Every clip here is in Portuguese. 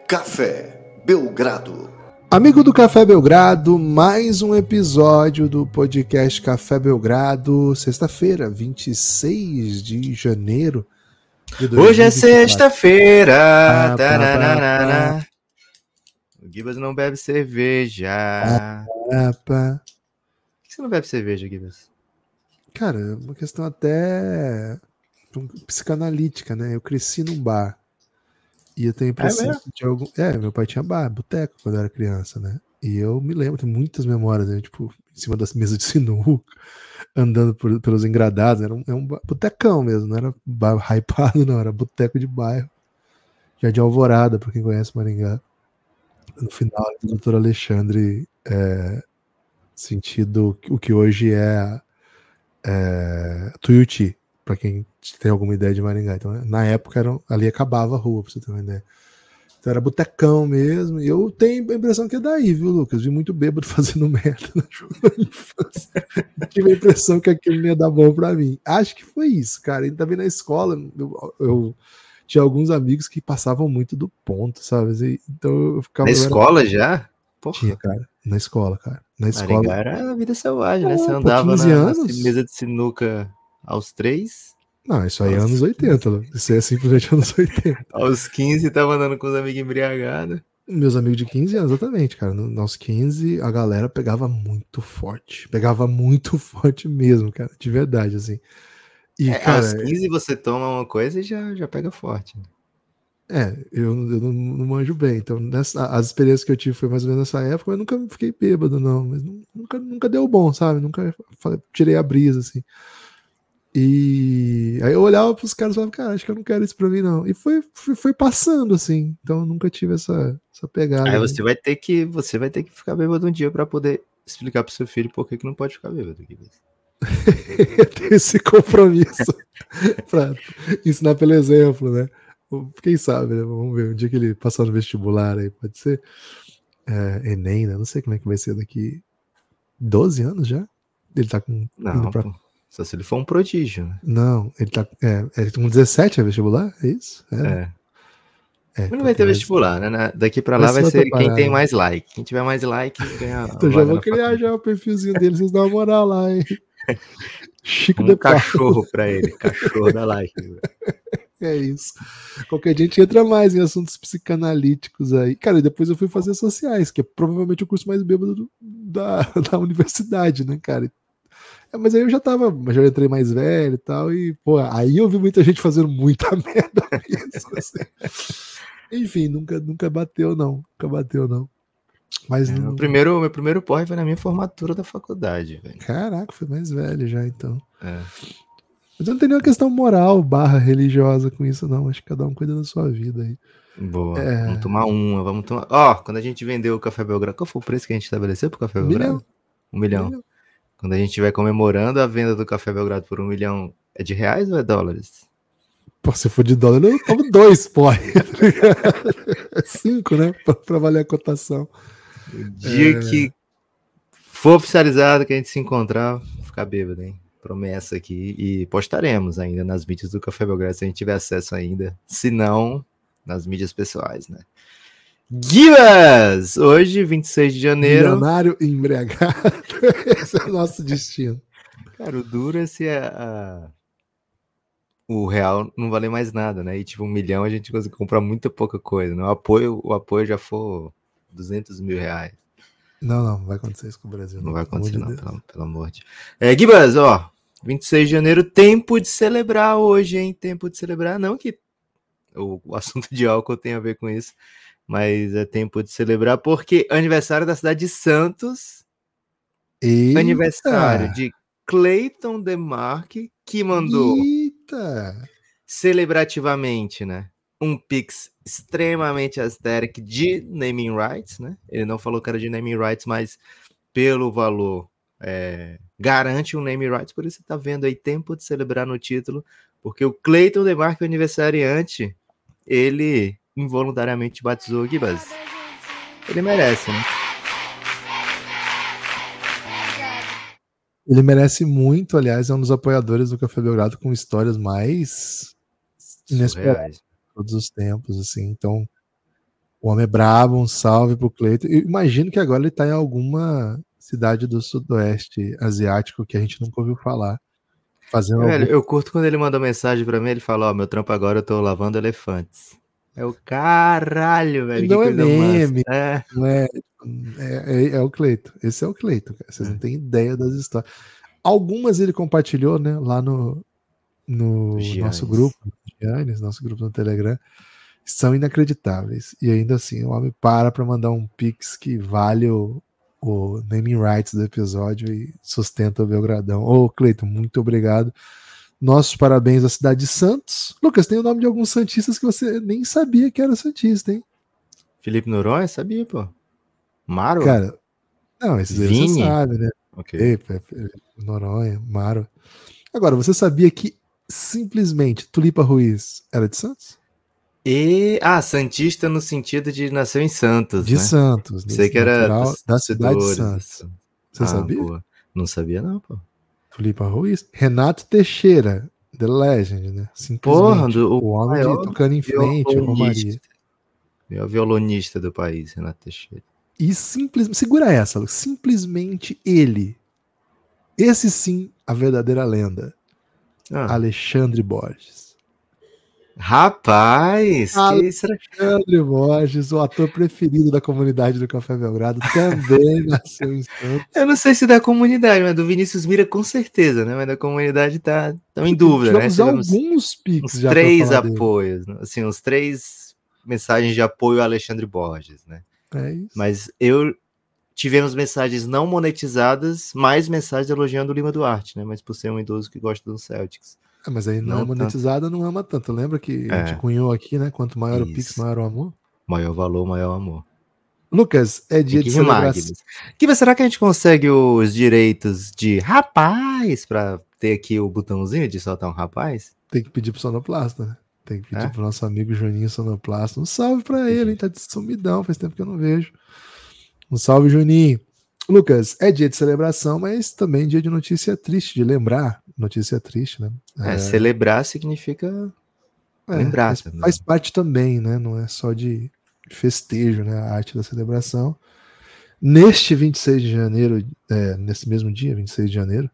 Café Belgrado. Amigo do Café Belgrado, mais um episódio do podcast Café Belgrado, sexta-feira, 26 de janeiro de 2024. Hoje é sexta-feira. O Gibas não bebe cerveja. Por que você não bebe cerveja, Gibas? Cara, é uma questão até psicanalítica, né? Eu cresci num bar. E eu tenho a impressão de algum. Meu pai tinha bar, boteco, quando eu era criança, né? E eu me lembro, tenho muitas memórias, né? Tipo, em cima das mesas de sinuca, andando pelos engradados. Era um botecão mesmo, não era bar hypado, não, era boteco de bairro. Jardim Alvorada, pra quem conhece Maringá. No final do Dr. Alexandre, sentido o que hoje é Tuiuti, pra quem tem alguma ideia de Maringá. Então, na época, ali acabava a rua, pra você ter uma ideia. Então era botecão mesmo. E eu tenho a impressão que é daí, viu, Lucas? Vi muito bêbado fazendo merda na infância. Tive a impressão que aquilo não ia dar bom pra mim. Acho que foi isso, cara. E também na escola, eu tinha alguns amigos que passavam muito do ponto, sabe? Então eu ficava. Na escola já? Porra. Tinha, cara. Na escola, cara. Na escola. Maringá era a vida selvagem, né? Você andava na mesa de sinuca aos 3. Não, isso aí é anos 80, isso aí é simplesmente anos 80. Aos 15, tava andando com os amigos embriagados. Meus amigos de 15 anos, exatamente, cara. Aos 15, a galera pegava muito forte. Pegava muito forte mesmo, cara. De verdade, assim. E, cara, aos 15 você toma uma coisa e já pega forte. Eu não manjo bem. Então, as experiências que eu tive foi mais ou menos nessa época, mas nunca fiquei bêbado, não. Mas nunca deu bom, sabe? Nunca tirei a brisa, assim. E aí eu olhava pros caras e falava, cara, acho que eu não quero isso pra mim, não. E foi passando, assim. Então eu nunca tive essa pegada. Aí você vai ter que ficar bêbado um dia pra poder explicar pro seu filho por que não pode ficar bêbado. Eu tenho esse compromisso pra ensinar pelo exemplo, né? Quem sabe, né? Vamos ver, um dia que ele passar no vestibular aí, pode ser Enem, né? Não sei como é que vai ser daqui 12 anos já? Ele tá com... Não, só se ele for um prodígio, né? Não, ele tá com 17 é vestibular? É isso? Mas não vai ter vestibular, né? Daqui pra lá vai ser quem tem mais like. Quem tiver mais like ganha. Então já vou criar já o perfilzinho dele, vocês dão uma moral lá, hein? Chico de cachorro pra ele, cachorro da like. É isso. Qualquer gente entra mais em assuntos psicanalíticos aí. Cara, e depois eu fui fazer sociais, que é provavelmente o curso mais bêbado da universidade, né, cara? Mas aí eu já entrei mais velho e tal, e, pô, aí eu vi muita gente fazendo muita merda mesmo, assim. Enfim, nunca bateu, não. Nunca bateu, não. Mas meu primeiro porre foi na minha formatura da faculdade, velho. Caraca, foi mais velho já, então. Mas eu não tenho nenhuma questão moral / religiosa com isso, não. Acho que cada um cuida da sua vida aí. Boa. Vamos tomar uma, vamos tomar. Ó, quando a gente vendeu o Café Belgrado, qual foi o preço que a gente estabeleceu pro Café Belgrado? 1 milhão. Quando a gente estiver comemorando a venda do Café Belgrado por 1 milhão, é de reais ou é dólares? Pô, se for de dólar, eu tomo 2, porra. 5, né? Pra valer a cotação. O dia que for oficializado, que a gente se encontrar, vou ficar bêbado, hein? Promessa aqui. E postaremos ainda nas mídias do Café Belgrado, se a gente tiver acesso ainda. Se não, nas mídias pessoais, né? Gibas! Hoje, 26 de janeiro. Milionário embriagado. Esse é o nosso destino. Cara, o duro é se o real não valer mais nada, né? E tipo, 1 milhão a gente consegue comprar muita pouca coisa, né? O apoio já for 200 mil reais. Não vai acontecer isso com o Brasil. Não vai acontecer, não, pelo amor de Deus. Gibas, ó, 26 de janeiro, tempo de celebrar hoje, hein? Tempo de celebrar, não que o assunto de álcool tem a ver com isso, mas é tempo de celebrar porque aniversário da cidade de Santos. Eita. Aniversário de Clayton Demarque, que mandou celebrativamente, né, um pix extremamente aesthetic de naming rights, né? Ele não falou que era de naming rights, mas pelo valor garante um naming rights, por isso você tá vendo aí tempo de celebrar no título, porque o Clayton Demarque, o aniversariante, ele involuntariamente batizou o Gibas. Ele merece, né? Ele merece muito, aliás, é um dos apoiadores do Café Belgrado com histórias mais inesperadas de todos os tempos, assim. Então, O homem é brabo, um salve pro Cleiton. Eu imagino que agora ele tá em alguma cidade do sudoeste asiático que a gente nunca ouviu falar. Fazendo Velho, algum... eu curto quando ele manda mensagem pra mim, ele fala, ó, meu trampo agora eu tô lavando elefantes. É o caralho, E velho, que não é coisa massa. meme, É, não é, é o Cleiton. Esse é o Cleiton, cara. Vocês não têm ideia das histórias. Algumas ele compartilhou, né, lá no nosso Giannis. grupo, Giannis, nosso grupo no Telegram, são inacreditáveis. E ainda assim, o homem para mandar um pix que vale o naming rights do episódio e sustenta o Belgradão. Ô, Cleiton, muito obrigado. Nossos parabéns à cidade de Santos. Lucas, tem o nome de alguns santistas que você nem sabia que era santista, hein? Felipe Noronha, sabia, pô. Maro? Cara, não, esses aí você Vini? sabe, né? Ok. Epa, Noronha, Maro. Agora, você sabia que simplesmente Tulipa Ruiz era de Santos? Santista no sentido de nasceu em Santos, De né? Santos, Sei que era natural da cidade de torcedores. Santos. Isso. Você sabia? Boa. Não sabia, não, pô. Tulipa Ruiz. Renato Teixeira, The Legend, né? Porra, Simplesmente. o O homem de maior tocando em frente, Romaria. violonista do país, Renato Teixeira. E simplesmente. Segura essa, Lucas. Simplesmente ele. Esse sim, a verdadeira lenda. Alexandre Borges. Rapaz, que isso era... Alexandre Borges, o ator preferido da comunidade do Café Belgrado, também nasceu em Santos. Eu não sei se da comunidade, mas do Vinícius Mira com certeza, né? Mas da comunidade tá em dúvida, né? Tivemos alguns pics uns já para 3 falar dele. apoios, né? Assim, uns 3 mensagens de apoio a Alexandre Borges, né? É isso. Mas tivemos mensagens não monetizadas, mais mensagens elogiando o Lima Duarte, né? Mas por ser um idoso que gosta do Celtics. Mas aí não é monetizada, não ama tanto. Lembra que a gente cunhou aqui, né? Quanto maior o Pix, maior o amor? Maior valor, maior amor. Lucas, é dia de celebração. Giba, será que a gente consegue os direitos de rapaz pra ter aqui o botãozinho de soltar um rapaz? Tem que pedir pro sonoplasta, né? Tem que pedir pro nosso amigo Juninho Sonoplasta. Um salve pra ele, hein? Tá de sumidão, faz tempo que eu não vejo. Um salve, Juninho. Lucas, é dia de celebração, mas também dia de notícia triste, de lembrar. Notícia triste, né? Celebrar significa lembrar. Faz parte também, né? Não é só de festejo, né? A arte da celebração. Neste 26 de janeiro, nesse mesmo dia, 26 de janeiro,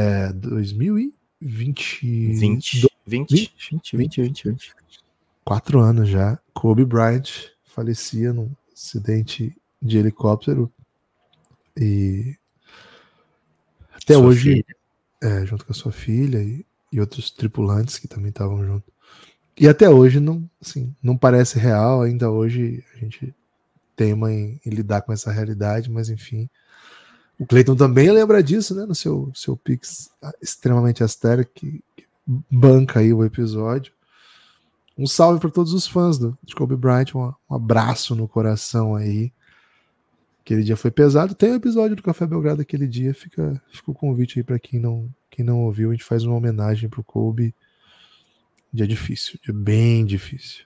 2020. 20. 4 anos já. Kobe Bryant falecia num acidente de helicóptero. E até sua hoje, filha. junto com a sua filha e outros tripulantes que também estavam junto. E até hoje não parece real. Ainda hoje a gente tema em lidar com essa realidade, mas enfim. O Cleiton também lembra disso, né? No seu Pix extremamente astérico que banca aí o episódio. Um salve para todos os fãs de Kobe Bryant, um abraço no coração aí. Aquele dia foi pesado. Tem o episódio do Café Belgrado aquele dia, fica o convite aí para quem não ouviu. A gente faz uma homenagem pro Kobe. Dia difícil, dia bem difícil.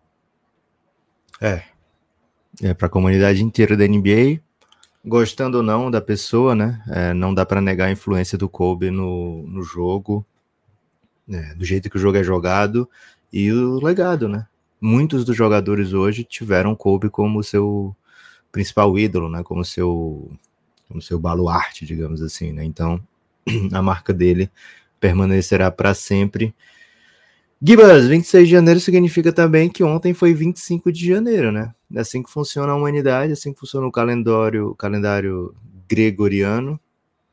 Para a comunidade inteira da NBA, gostando ou não da pessoa, né? Não dá para negar a influência do Kobe no jogo, do jeito que o jogo é jogado e o legado, né? Muitos dos jogadores hoje tiveram Kobe como seu principal ídolo, né? Como seu baluarte, digamos assim, né? Então, a marca dele permanecerá para sempre. Gibas, 26 de janeiro significa também que ontem foi 25 de janeiro, né? É assim que funciona a humanidade, assim que funciona o calendário gregoriano.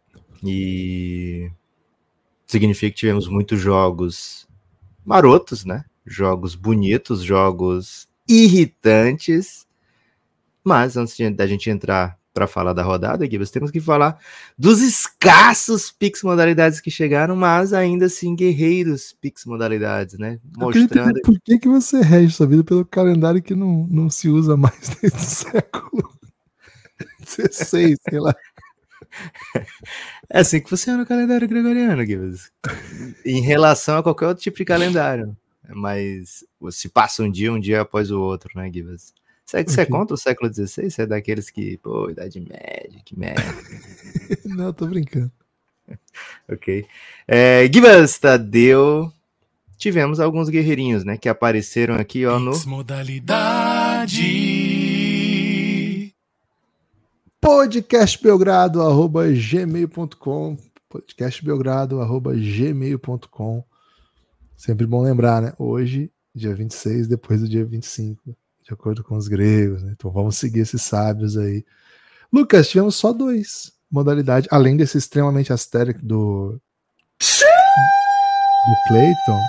E significa que tivemos muitos jogos marotos, né? Jogos bonitos, jogos irritantes. Mas antes da gente entrar para falar da rodada, Gibas, temos que falar dos escassos Pix modalidades que chegaram, mas ainda assim guerreiros Pix modalidades, né? Mostrando. Por que você rege sua vida pelo calendário que não se usa mais desde o século XVI, sei lá. É assim que funciona o calendário gregoriano, Gibas. Em relação a qualquer outro tipo de calendário. Mas se passa um dia após o outro, né, Gibas? Você é contra o século XVI? Você é daqueles que, Idade Média, que merda. Não, tô brincando. Ok. Gibas, Tadeu, tivemos alguns guerreirinhos, né, que apareceram aqui, ó, no... Modalidade. Cidade. podcastbelgrado@gmail.com podcastbelgrado@gmail.com. Sempre bom lembrar, né? Hoje, dia 26, depois do dia 25, de acordo com os gregos, né? Então vamos seguir esses sábios aí. Lucas, tivemos só 2 modalidades, além desse extremamente astérico do Clayton.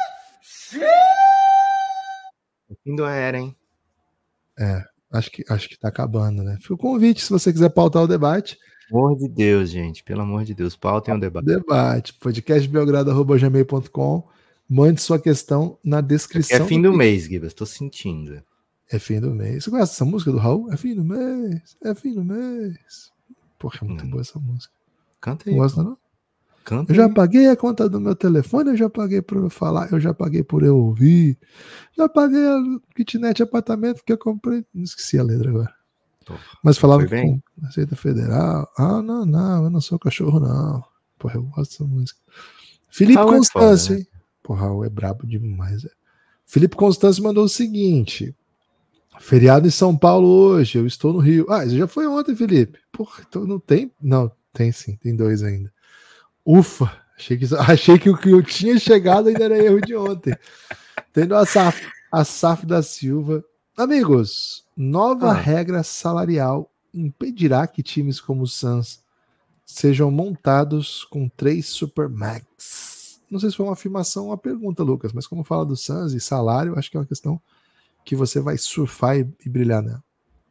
O fim do era, hein? Acho que tá acabando, né? Fica o convite, se você quiser pautar o debate. Pelo amor de Deus, gente. Pelo amor de Deus. Pautem o debate. Podcastbelgrado@gmail.com. Mande sua questão na descrição. É fim do mês, Gibas. Tô sentindo. É fim do mês. Você conhece essa música do Raul? É fim do mês. É fim do mês. Porra, é muito boa essa música. Canta aí. Não gosta, não? Canta eu já aí. paguei a conta do meu telefone, eu já paguei por eu falar, eu já paguei por eu ouvir. Já paguei a kitnet apartamento que eu comprei. Não esqueci a letra agora. Mas falava que com Receita Federal. Ah, não, eu não sou cachorro, não. Porra, eu gosto dessa música. Felipe Constâncio, hein? Porra, Raul é brabo demais. Felipe Constâncio mandou o seguinte: feriado em São Paulo hoje, eu estou no Rio. Ah, isso já foi ontem, Felipe. Porra, então não tem? Não, tem sim, tem 2 ainda. Ufa, achei que o que eu tinha chegado ainda era erro de ontem. Tendo a Saf da Silva. Amigos, nova regra salarial impedirá que times como o Suns sejam montados com 3 Supermax. Não sei se foi uma afirmação ou uma pergunta, Lucas, mas como fala do Suns e salário, acho que é uma questão que você vai surfar e brilhar nela.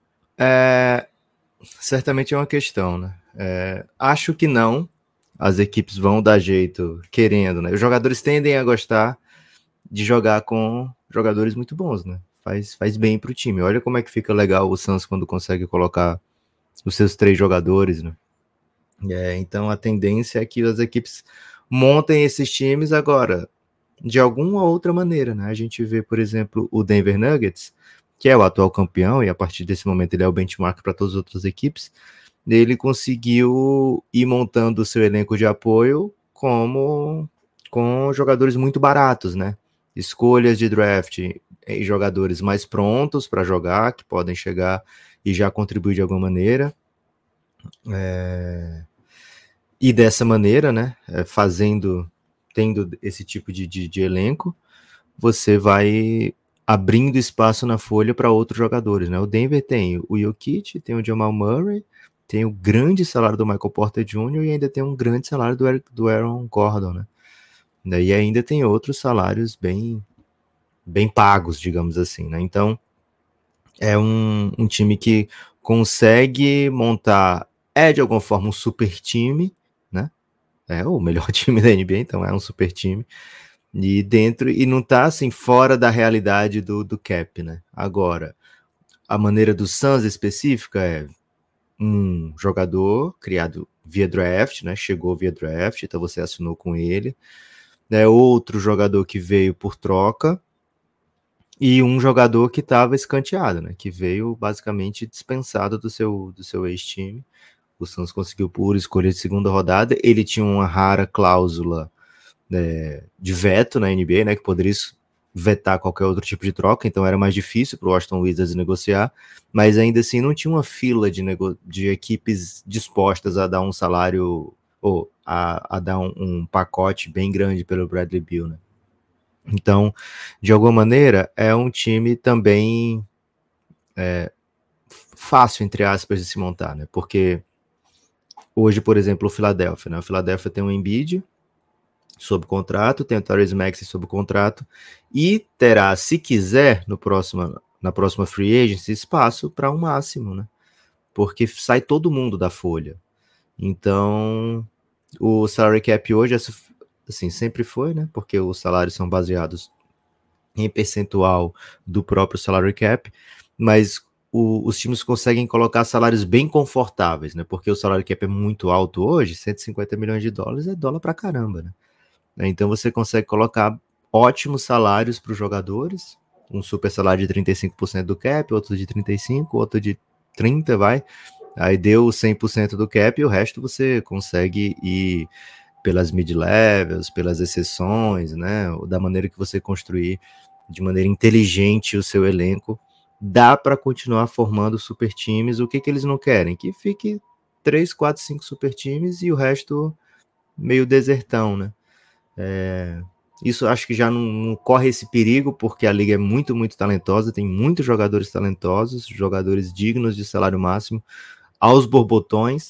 Certamente é uma questão, né? Acho que não. As equipes vão dar jeito, querendo, né? Os jogadores tendem a gostar de jogar com jogadores muito bons, né? Faz bem pro time. Olha como é que fica legal o Suns quando consegue colocar os seus 3 jogadores, né? Então a tendência é que as equipes montem esses times agora, de alguma outra maneira, né? A gente vê, por exemplo, o Denver Nuggets, que é o atual campeão, e a partir desse momento ele é o benchmark para todas as outras equipes. Ele conseguiu ir montando o seu elenco de apoio com jogadores muito baratos, né? Escolhas de draft e jogadores mais prontos para jogar, que podem chegar e já contribuir de alguma maneira. E dessa maneira, né? Tendo esse tipo de elenco, você vai abrindo espaço na folha para outros jogadores, né? O Denver tem o Jokic, tem o Jamal Murray, tem o grande salário do Michael Porter Jr. e ainda tem um grande salário do Aaron Gordon, né? E ainda tem outros salários bem pagos, digamos assim, né? Então, é um time que consegue montar, de alguma forma um super time, né? É o melhor time da NBA, então é um super time. E não tá assim fora da realidade do cap, né? Agora, a maneira do Suns específica é um jogador criado via draft, né? Chegou via draft, então você assinou com ele. Outro jogador que veio por troca e um jogador que estava escanteado, né? Que veio basicamente dispensado do seu ex-time. O Suns conseguiu por escolha de segunda rodada. Ele tinha uma rara cláusula de veto na NBA, né? Que poderia vetar qualquer outro tipo de troca, então era mais difícil para o Washington Wizards negociar, mas ainda assim não tinha uma fila de equipes dispostas a dar um salário ou a dar um pacote bem grande pelo Bradley Beal, né? Então, de alguma maneira, é um time também fácil, entre aspas, de se montar, né? Porque hoje, por exemplo, o Philadelphia, né? O Philadelphia tem um Embiid sob contrato, tem o Tyrese Maxey sob contrato e terá, se quiser, na próxima free agency, espaço para um máximo, né? Porque sai todo mundo da folha. Então, o salary cap hoje, assim, sempre foi, né? Porque os salários são baseados em percentual do próprio salary cap, mas os times conseguem colocar salários bem confortáveis, né? Porque o salary cap é muito alto hoje, 150 milhões de dólares é dólar pra caramba, né? Então você consegue colocar ótimos salários para os jogadores, um super salário de 35% do cap, outro de 35%, outro de 30%, vai. Aí deu 100% do cap e o resto você consegue ir pelas mid-levels, pelas exceções, né? Da maneira que você construir de maneira inteligente o seu elenco dá para continuar formando super times. O que eles não querem? Que fique 3, 4, 5 super times e o resto meio desertão, né? Isso acho que já não corre esse perigo, porque a liga é muito, muito talentosa, tem muitos jogadores talentosos, jogadores dignos de salário máximo, aos borbotões.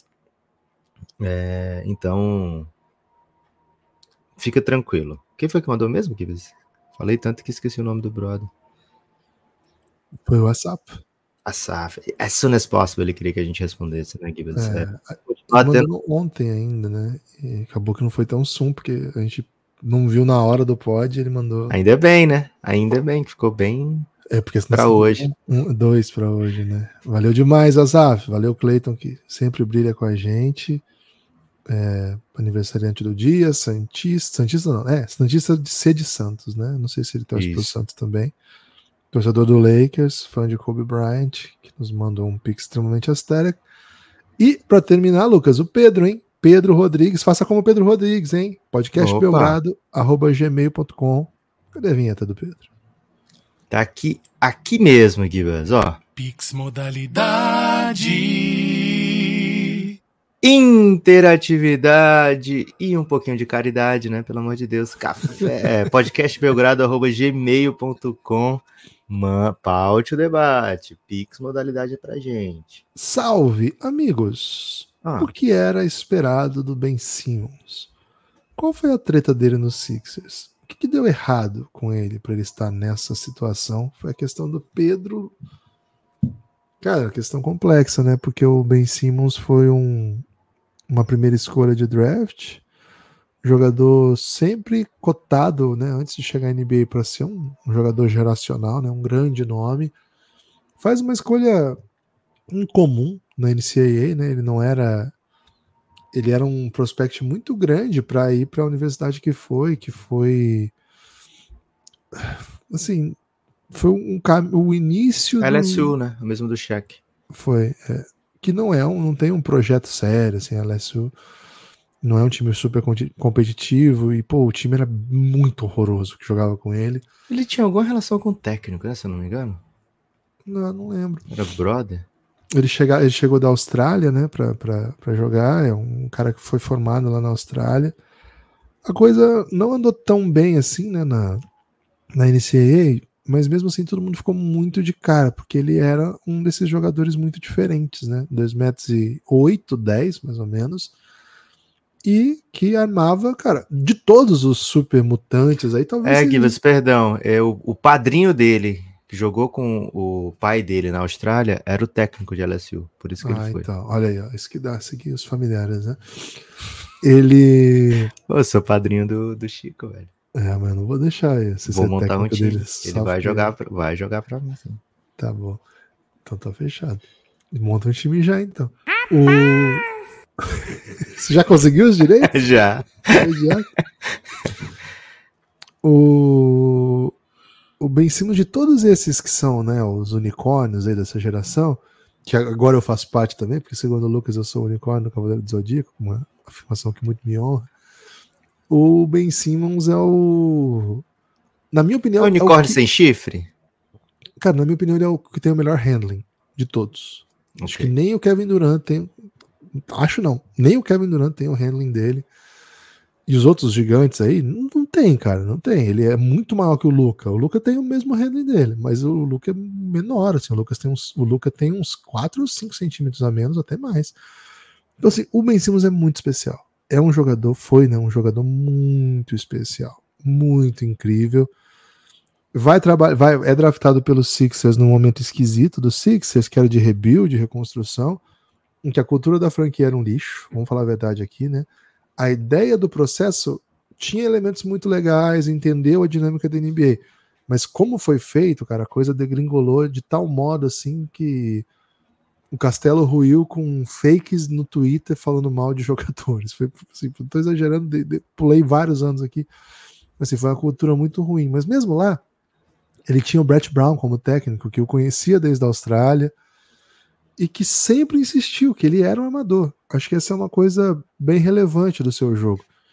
Então, fica tranquilo. Quem foi que mandou mesmo, Gibbs? Falei tanto que esqueci o nome do brother. Foi o WhatsApp. Asaf. As soon as possible, ele queria que a gente respondesse, né, Gibbs? Ele mandou ontem ainda, né? E acabou que não foi tão soon, porque a gente não viu na hora do pod, ele mandou. Ainda bem, né? Ainda bem que ficou bem porque pra hoje. 2 para hoje, né? Valeu demais, Asaf. Valeu, Cleiton, que sempre brilha com a gente. Aniversariante do dia, Santista de C de Santos, né? Não sei se ele torce pro Santos também. Torcedor do Lakers, fã de Kobe Bryant, que nos mandou um pic extremamente asteric. E, para terminar, Lucas, o Pedro, hein? Pedro Rodrigues, faça como Pedro Rodrigues, hein? podcastbelgrado@gmail.com. Cadê a vinheta do Pedro? Tá aqui mesmo, Gibbs, ó. Pix modalidade. Interatividade e um pouquinho de caridade, né? Pelo amor de Deus. Café. podcastbelgrado@gmail.com. Paute o debate. Pix modalidade pra gente. Salve, amigos. O que era esperado do Ben Simmons? Qual foi a treta dele no Sixers? O que deu errado com ele para ele estar nessa situação? Foi a questão do Pedro. Cara, questão complexa, né? Porque o Ben Simmons foi uma primeira escolha de draft, jogador sempre cotado, né? Antes de chegar à NBA para ser um jogador geracional, né? Um grande nome. Faz uma escolha incomum na NCAA, né? Ele era um prospect muito grande para ir para a universidade que foi assim, foi o início LSU, né? O mesmo do Shaq. Foi, que não tem um projeto sério, assim, a LSU não é um time super competitivo e, pô, o time era muito horroroso que jogava com ele. Ele tinha alguma relação com o técnico, né, se eu não me engano? Não lembro. Era brother? Ele chegou da Austrália, né, pra jogar, é um cara que foi formado lá na Austrália. A coisa não andou tão bem assim, né, na NCAA, mas mesmo assim todo mundo ficou muito de cara, porque ele era um desses jogadores muito diferentes, né, 2,8 m, 10 mais ou menos, e que armava, cara, de todos os super mutantes aí, talvez... Gibbs, perdão, o padrinho dele, que jogou com o pai dele na Austrália, era o técnico de LSU, por isso que ele foi. Então, olha aí, ó, isso que dá seguir os familiares, né? Ele... Eu sou padrinho do Chico, velho. Mas eu não vou deixar esse. Vou montar um time. Dele, ele vai jogar pra mim, sim. Tá bom. Então tá fechado. Monta um time já, então. Você já conseguiu os direitos? Já. O Ben Simmons, de todos esses que são, né, os unicórnios aí dessa geração, que agora eu faço parte também, porque segundo o Lucas eu sou o unicórnio do Cavaleiro do Zodíaco, uma afirmação que muito me honra. O Ben Simmons é na minha opinião... unicórnio sem chifre? Cara, na minha opinião ele é o que tem o melhor handling de todos. Okay. Acho que nem o Kevin Durant tem... nem o Kevin Durant tem o handling dele. E os outros gigantes aí, não tem, cara, não tem. Ele é muito maior que o Luka. O Luka tem o mesmo handling dele, mas o Luka é menor, assim. O Luka tem uns 4 ou 5 centímetros a menos, até mais. Então, assim, o Ben Simmons é muito especial. É um jogador, um jogador muito especial. Muito incrível. É draftado pelos Sixers num momento esquisito do Sixers, que era de rebuild, de reconstrução, em que a cultura da franquia era um lixo, vamos falar a verdade aqui, né? A ideia do processo tinha elementos muito legais, entendeu a dinâmica da NBA, mas como foi feito, cara, a coisa degringolou de tal modo, assim, que o castelo ruiu com fakes no Twitter falando mal de jogadores. Foi, assim, não tô exagerando, pulei vários anos aqui, assim, foi uma cultura muito ruim, mas mesmo lá, ele tinha o Brett Brown como técnico, que eu conhecia desde a Austrália, e que sempre insistiu que ele era um armador. Acho que essa é uma coisa bem relevante do seu jogo.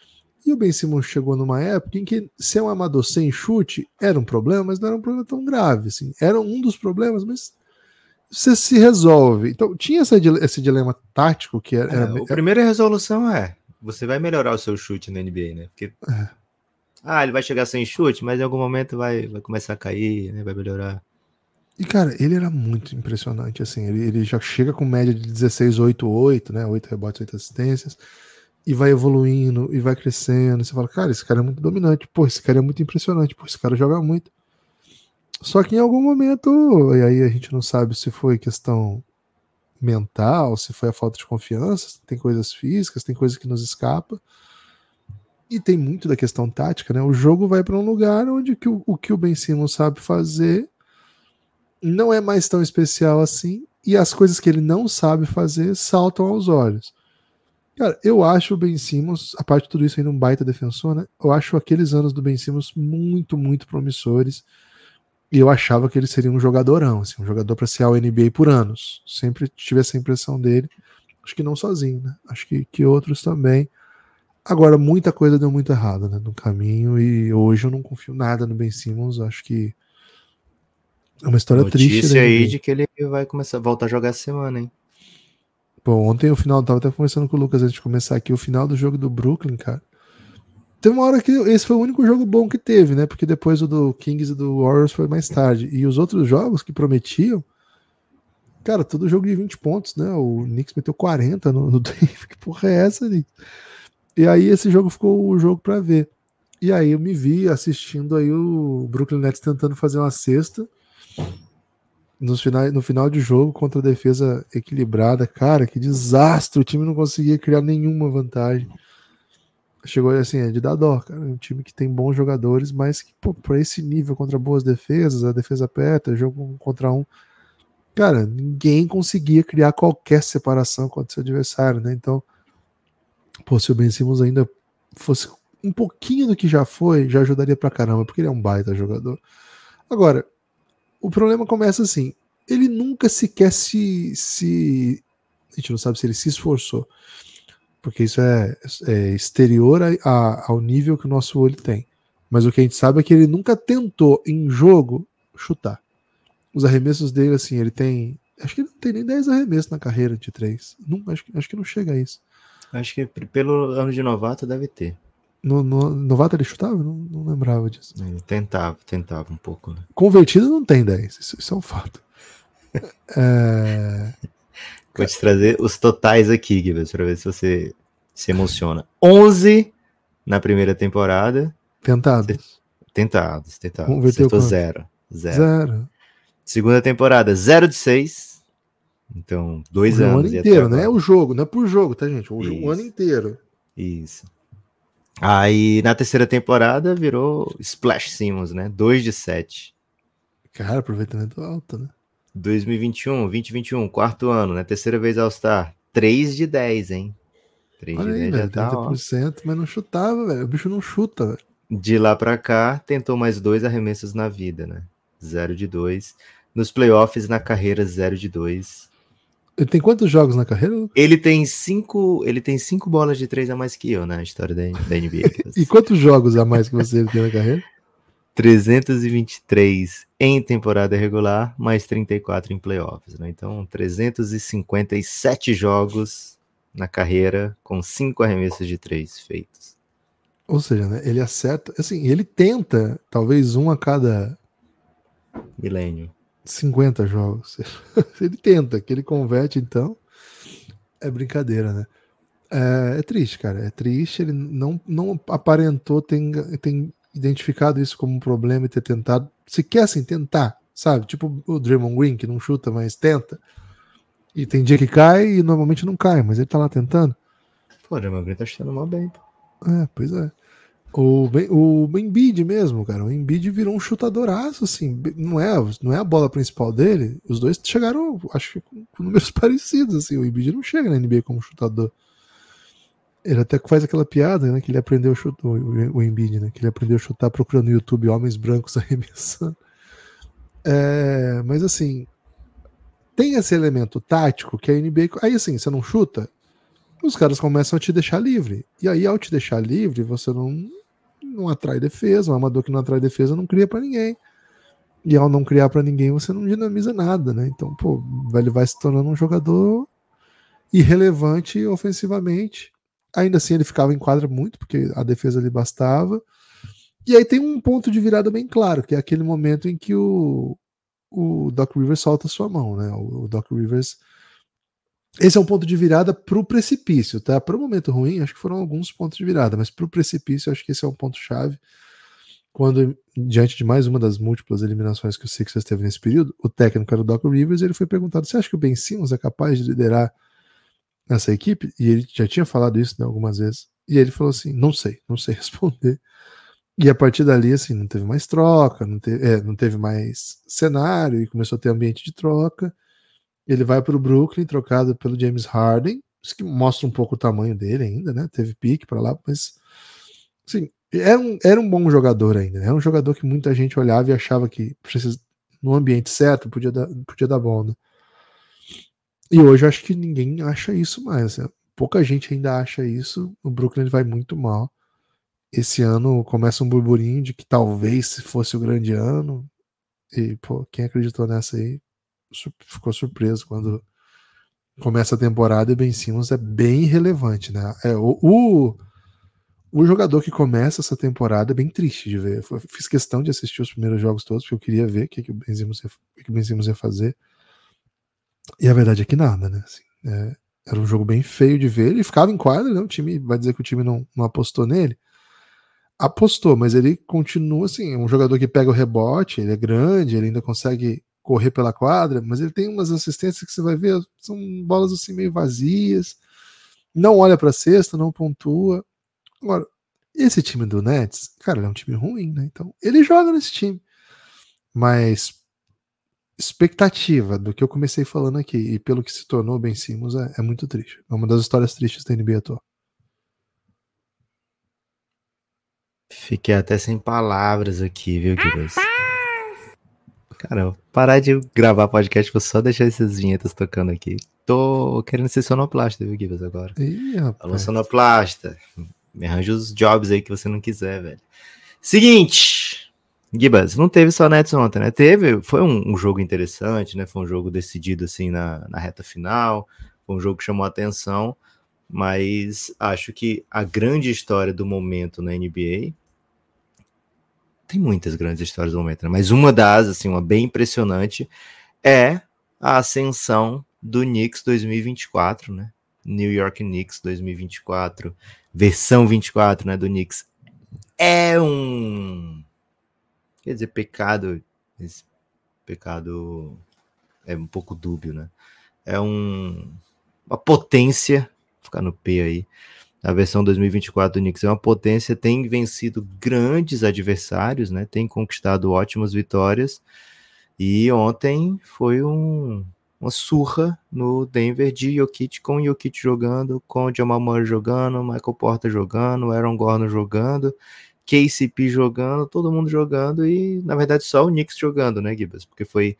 E o Ben Simmons chegou numa época em que ser um amador sem chute era um problema, mas não era um problema tão grave. Assim. Era um dos problemas, mas você se resolve. Então tinha esse dilema tático que era... A primeira resolução você vai melhorar o seu chute na NBA, né? Porque ele vai chegar sem chute, mas em algum momento vai começar a cair, né? Vai melhorar. E, cara, ele era muito impressionante, assim, ele já chega com média de 16,8,8, né, 8 rebotes, 8 assistências, e vai evoluindo, e vai crescendo, e você fala, cara, esse cara é muito dominante, pô, esse cara é muito impressionante, pô, esse cara joga muito. Só que em algum momento, e aí a gente não sabe se foi questão mental, se foi a falta de confiança, tem coisas físicas, tem coisas que nos escapam, e tem muito da questão tática, né, o jogo vai para um lugar onde o que o Ben Simmons sabe fazer não é mais tão especial assim, e as coisas que ele não sabe fazer saltam aos olhos. Cara, eu acho o Ben Simmons, a parte de tudo isso ainda um baita defensor, né? Eu acho aqueles anos do Ben Simmons muito, muito promissores, e eu achava que ele seria um jogadorão, assim, um jogador para ser ao NBA por anos. Sempre tive essa impressão dele. Acho que não sozinho, né? Acho que outros também. Agora, muita coisa deu muito errado, né, no caminho, e hoje eu não confio nada no Ben Simmons, acho que é uma história triste. Notícia aí de que ele vai voltar a jogar essa semana, hein? Pô, ontem o final, tava até conversando com o Lucas antes de começar aqui, o final do jogo do Brooklyn, cara. Teve uma hora que esse foi o único jogo bom que teve, né? Porque depois o do Kings e do Warriors foi mais tarde. E os outros jogos que prometiam, cara, todo jogo de 20 pontos, né? O Knicks meteu 40 no Dave. Que porra é essa, Knicks? E aí esse jogo ficou o jogo pra ver. E aí eu me vi assistindo aí o Brooklyn Nets tentando fazer uma cesta no final de jogo contra a defesa equilibrada. Cara, que desastre, o time não conseguia criar nenhuma vantagem. Chegou assim, é de dar dó, cara. É um time que tem bons jogadores, mas que, pô, pra esse nível, contra boas defesas, a defesa aperta, jogo contra um, cara, ninguém conseguia criar qualquer separação contra o seu adversário, né? Então, pô, se o Ben Simmons ainda fosse um pouquinho do que já foi, já ajudaria pra caramba, porque ele é um baita jogador. Agora, o problema começa assim, ele nunca sequer a gente não sabe se ele se esforçou, porque isso é exterior ao nível que o nosso olho tem, mas o que a gente sabe é que ele nunca tentou em jogo chutar. Os arremessos dele, assim, ele tem, acho que ele não tem nem 10 arremessos na carreira de 3, acho que não chega a isso. Acho que pelo ano de novato deve ter. No novato ele chutava? Não lembrava disso. Ele tentava um pouco, né? Convertido não tem 10, isso é um fato. Vou te trazer os totais aqui, Gibbs, para ver se você se emociona. 11 na primeira temporada. Tentados. Converteu quanto? Zero. Segunda temporada, 0 de 6. Então, 2 anos. O ano inteiro, não é o jogo, não é por jogo, tá, gente? O ano inteiro. Isso. Aí, na terceira temporada, virou Splash Simmons, né? 2 de 7. Cara, aproveitamento alto, né? 2021, quarto ano, né? Terceira vez All-Star. 3 de 10, hein? 3 Olha de aí, 10 velho, já tá, 30%, mas não chutava, velho. O bicho não chuta, velho. De lá pra cá, tentou mais 2 arremessos na vida, né? 0 de 2. Nos playoffs, na carreira, 0 de 2. Ele tem quantos jogos na carreira? Ele tem 5 bolas de 3 a mais que eu na história da NBA. E quantos jogos a mais que você tem na carreira? 323 em temporada regular, mais 34 em playoffs, né? Então, 357 jogos na carreira, com 5 arremessos de 3 feitos. Ou seja, né, ele acerta, assim, ele tenta, talvez um a cada milênio. 50 jogos. Ele tenta, que ele converte, então, é brincadeira, né? É triste, cara, é triste, ele não aparentou ter identificado isso como um problema e ter tentado, se quer assim, tentar, sabe? Tipo o Draymond Green, que não chuta, mas tenta. E tem dia que cai e normalmente não cai, mas ele tá lá tentando. Pô, o Draymond Green tá chutando mal bem, pô. Pois é. O Embiid mesmo, cara, o Embiid virou um chutadoraço, assim, não é a bola principal dele, os dois chegaram, acho que com números parecidos, assim, o Embiid não chega na NBA como chutador. Ele até faz aquela piada, né, que ele aprendeu a chutar, o Embiid, né, que ele aprendeu a chutar procurando no YouTube homens brancos arremessando. Mas assim, tem esse elemento tático que a NBA, aí assim, você não chuta, os caras começam a te deixar livre. E aí, ao te deixar livre, você não atrai defesa. Um armador que não atrai defesa não cria para ninguém. E ao não criar para ninguém, você não dinamiza nada, né? Então, pô, ele vai se tornando um jogador irrelevante ofensivamente. Ainda assim, ele ficava em quadra muito, porque a defesa lhe bastava. E aí tem um ponto de virada bem claro, que é aquele momento em que o Doc Rivers solta a sua mão, né? O Doc Rivers. Esse é um ponto de virada pro precipício, tá? Para o momento ruim, acho que foram alguns pontos de virada, mas pro precipício, acho que esse é um ponto-chave. Quando, diante de mais uma das múltiplas eliminações que o Sixers teve nesse período, o técnico era o Doc Rivers, ele foi perguntado: você acha que o Ben Simmons é capaz de liderar essa equipe? E ele já tinha falado isso, né, algumas vezes. E ele falou assim: não sei responder. E a partir dali, assim, não teve mais troca, não teve mais cenário, e começou a ter ambiente de troca. Ele vai para o Brooklyn, trocado pelo James Harden, isso que mostra um pouco o tamanho dele ainda, né? Teve pique para lá, mas assim, era um bom jogador ainda, né? Era um jogador que muita gente olhava e achava que no ambiente certo podia dar bom, né? E hoje eu acho que ninguém acha isso mais, né? Pouca gente ainda acha isso. O Brooklyn vai muito mal. Esse ano começa um burburinho de que talvez fosse o grande ano. E, pô, quem acreditou nessa aí ficou surpreso quando começa a temporada e Ben Simmons é bem relevante, né? O jogador que começa essa temporada é bem triste de ver. Eu fiz questão de assistir os primeiros jogos todos, porque eu queria ver o que o Ben Simmons ia fazer. E a verdade é que nada, né? Assim, era um jogo bem feio de ver. Ele ficava em quadra, né? O time vai dizer que o time não apostou nele. Apostou, mas ele continua assim, um jogador que pega o rebote, ele é grande, ele ainda consegue correr pela quadra, mas ele tem umas assistências que você vai ver, são bolas assim meio vazias, não olha pra cesta, não pontua. Agora, esse time do Nets, cara, ele é um time ruim, né? Então, ele joga nesse time. Mas expectativa do que eu comecei falando aqui e pelo que se tornou Ben Simmons é muito triste. É uma das histórias tristes da NBA atual. Fiquei até sem palavras aqui, viu, Gibbs? Cara, parar de gravar podcast, vou só deixar essas vinhetas tocando aqui. Tô querendo ser sonoplasta, viu, Gibbs, agora. Ih, Alô, rapaz. sonoplasta. Me arranja os jobs aí que você não quiser, velho. Seguinte, Gibbs, não teve só Nets ontem, né? Foi um jogo interessante, né? Foi um jogo decidido, assim, na reta final. Foi um jogo que chamou a atenção. Mas acho que a grande história do momento na NBA... Tem muitas grandes histórias do momento, né? Mas uma das, assim, uma bem impressionante, é a ascensão do Knicks 2024, né? New York Knicks 2024, versão 24, né, do Knicks. É um... Quer dizer, pecado... Esse pecado é um pouco dúbio, né? É uma potência, vou ficar no P aí, a versão 2024 do Knicks é uma potência, tem vencido grandes adversários, né? Tem conquistado ótimas vitórias. E ontem foi uma surra no Denver de Jokic, com Jokic jogando, com Jamal Murray jogando, Michael Porter jogando, Aaron Gordon jogando, KCP jogando, todo mundo jogando e, na verdade, só o Knicks jogando, né, Gibas? Porque foi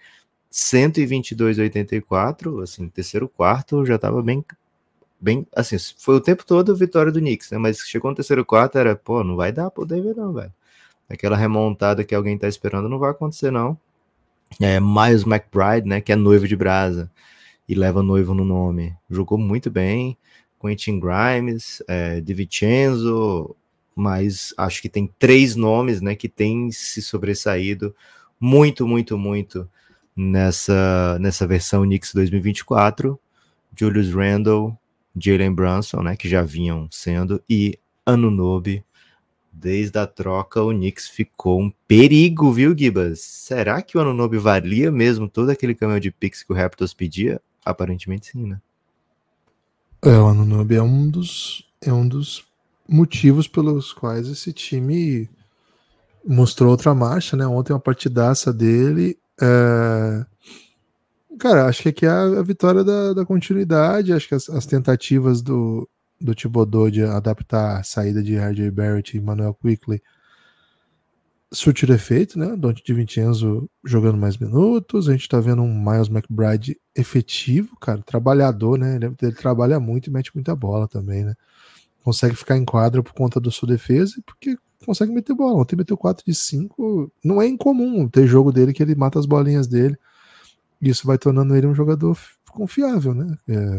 122-84, assim, terceiro quarto já tava bem, assim, foi o tempo todo a vitória do Knicks, né? Mas chegou no terceiro quarto, era, pô, não vai dar pro Denver não, velho. Aquela remontada que alguém tá esperando não vai acontecer, não. Miles McBride, né, que é noivo de brasa e leva noivo no nome, jogou muito bem. Quentin Grimes, DiVincenzo, mas acho que tem 3 nomes, né, que tem se sobressaído muito nessa versão Knicks 2024. Julius Randle, Jalen Brunson, né, que já vinham sendo, e Anunoby. Desde a troca, o Knicks ficou um perigo, viu, Gibas? Será que o Anunoby valia mesmo todo aquele caminhão de picks que o Raptors pedia? Aparentemente sim, né? O Anunoby é um dos motivos pelos quais esse time mostrou outra marcha, né? Ontem uma partidaça dele. Cara, acho que aqui é a vitória da continuidade. Acho que as tentativas do Thibodeau de adaptar a saída de RJ Barrett e Emmanuel Quickley surtir efeito, né? Donte DiVincenzo jogando mais minutos, a gente tá vendo um Miles McBride efetivo, cara, trabalhador, né? Ele trabalha muito e mete muita bola também, né? Consegue ficar em quadra por conta da sua defesa e porque consegue meter bola. Ontem meteu 4 de 5, não é incomum ter jogo dele que ele mata as bolinhas dele. Isso vai tornando ele um jogador confiável, né?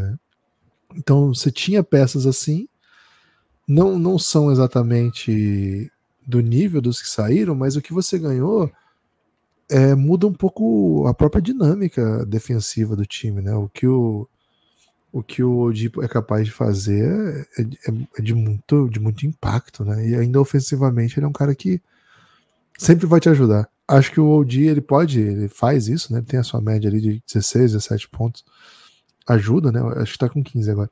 Então você tinha peças assim, não são exatamente do nível dos que saíram, mas o que você ganhou muda um pouco a própria dinâmica defensiva do time, né? O que o OG é capaz de fazer é de muito impacto, né? E ainda ofensivamente ele é um cara que sempre vai te ajudar. Acho que o OG ele faz isso, né? Ele tem a sua média ali de 16, 17 pontos. Ajuda, né? Acho que tá com 15 agora.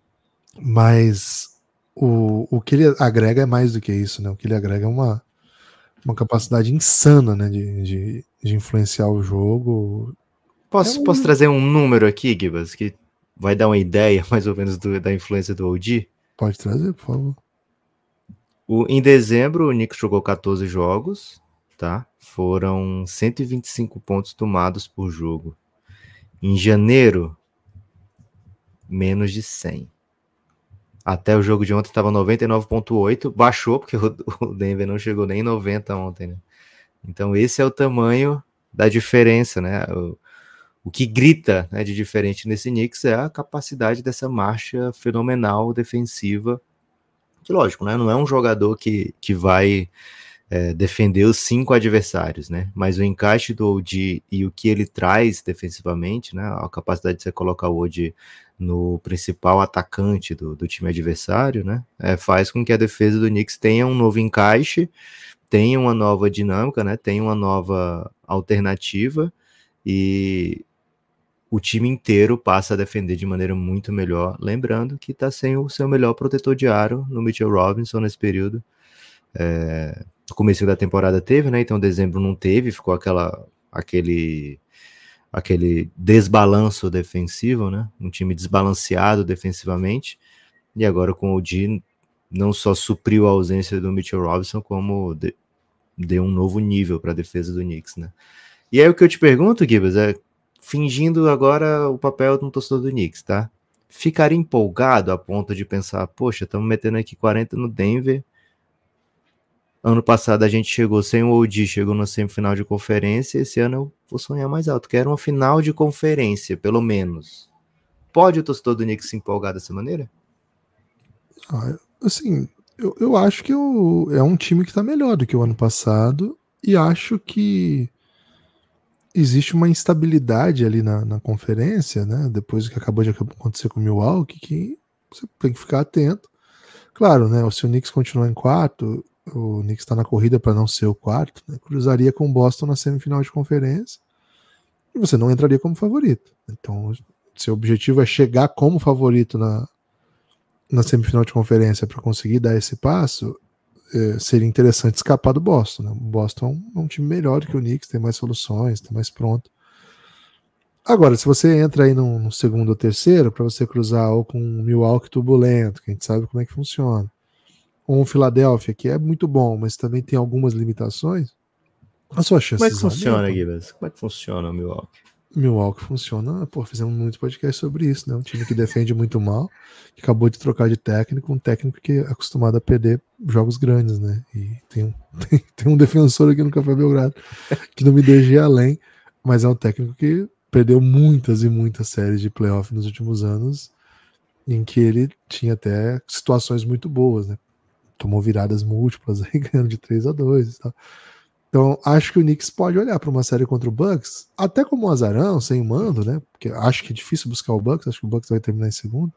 Mas o que ele agrega é mais do que isso, né? O que ele agrega é uma capacidade insana, né? De influenciar o jogo. Posso trazer um número aqui, Gibas, que vai dar uma ideia mais ou menos da influência do OG? Pode trazer, por favor. Em dezembro, o Knicks jogou 14 jogos, tá? Foram 125 pontos tomados por jogo. Em janeiro, menos de 100. Até o jogo de ontem estava 99,8, baixou, porque o Denver não chegou nem em 90 ontem, né? Então esse é o tamanho da diferença, né? O que grita, né, de diferente nesse Knicks é a capacidade dessa marcha fenomenal defensiva. Que lógico, né? Não é um jogador que vai defender os 5 adversários, né? Mas o encaixe do OG e o que ele traz defensivamente, né? A capacidade de você colocar o OG no principal atacante do time adversário, né? Faz com que a defesa do Knicks tenha um novo encaixe, tenha uma nova dinâmica, né? Tenha uma nova alternativa e o time inteiro passa a defender de maneira muito melhor, lembrando que está sem o seu melhor protetor de aro no Mitchell Robinson nesse período. No começo da temporada teve, né? Então dezembro não teve, ficou aquele desbalanço defensivo, né? Um time desbalanceado defensivamente. E agora com o OG não só supriu a ausência do Mitchell Robinson, como deu um novo nível para a defesa do Knicks, né? E aí o que eu te pergunto, Gibas, fingindo agora o papel de um torcedor do Knicks, tá? Ficaria empolgado a ponto de pensar, poxa, estamos metendo aqui 40 no Denver. Ano passado a gente chegou sem o OG, chegou na semifinal de conferência. Esse ano eu vou sonhar mais alto. Quero uma final de conferência, pelo menos. Pode o torcedor do Knicks se empolgar dessa maneira? Assim, eu acho que é um time que está melhor do que o ano passado. E acho que existe uma instabilidade ali na conferência, né? Depois do que acabou de acontecer com o Milwaukee, que você tem que ficar atento. Claro, né? Se o Knicks continuar em quarto, o Knicks está na corrida para não ser o quarto, né? Cruzaria com o Boston na semifinal de conferência e você não entraria como favorito. Então, seu objetivo é chegar como favorito na semifinal de conferência para conseguir dar esse passo, seria interessante escapar do Boston, né? O Boston é um time melhor do que o Knicks, tem mais soluções, está mais pronto. Agora, se você entra aí no segundo ou terceiro, para você cruzar ou com um Milwaukee turbulento, que a gente sabe como é que funciona, ou um Philadelphia, que é muito bom, mas também tem algumas limitações, a sua chance... Como é que funciona, Gibas? Como é que funciona o Milwaukee? Milwaukee funciona, fizemos muito podcast sobre isso, né? Um time que defende muito mal, que acabou de trocar de técnico, um técnico que é acostumado a perder jogos grandes, né? E tem um defensor aqui no Café Belgrado que não me deixa ir além, mas é um técnico que perdeu muitas e muitas séries de playoff nos últimos anos, em que ele tinha até situações muito boas, né? Tomou viradas múltiplas aí, ganhando de 3-2 e tal. Então, acho que o Knicks pode olhar para uma série contra o Bucks, até como um azarão, sem mando, né? Porque acho que é difícil buscar o Bucks, acho que o Bucks vai terminar em segundo,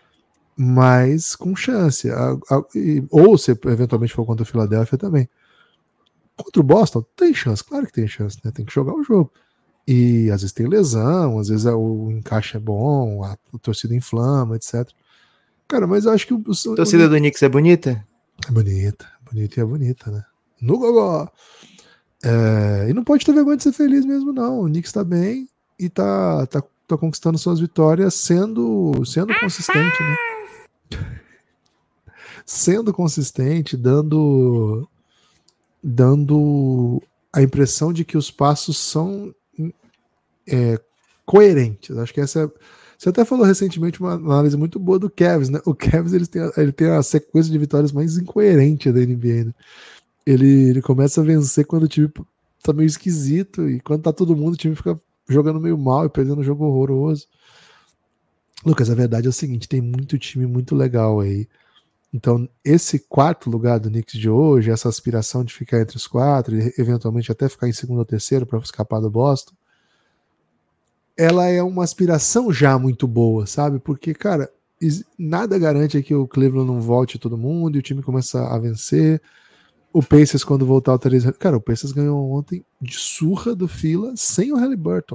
mas com chance. Ou se eventualmente for contra o Philadelphia também. Contra o Boston, tem chance, claro que tem chance, né? Tem que jogar o jogo. E às vezes tem lesão, às vezes o encaixe é bom, a torcida inflama, etc. Cara, mas eu acho que a torcida do Knicks é bonita? É bonita e é bonita, né? No gogó! E não pode ter vergonha de ser feliz mesmo, não. O Knicks tá bem e tá conquistando suas vitórias sendo consistente, né? Sendo consistente, dando dando a impressão de que os passos são coerentes. Acho que essa é... Você até falou recentemente uma análise muito boa do Cavs, né? O Cavs ele tem a sequência de vitórias mais incoerente da NBA, né? Ele começa a vencer quando o time tá meio esquisito, e quando tá todo mundo, o time fica jogando meio mal e perdendo um jogo horroroso. Lucas, a verdade é o seguinte, tem muito time muito legal aí. Então, esse quarto lugar do Knicks de hoje, essa aspiração de ficar entre os quatro e eventualmente até ficar em segundo ou terceiro para escapar do Boston, ela é uma aspiração já muito boa, sabe? Porque, cara, nada garante que o Cleveland não volte todo mundo e o time começa a vencer. O Pacers, quando voltar ao 3... Cara, o Pacers ganhou ontem de surra do Fila sem o Haliburton.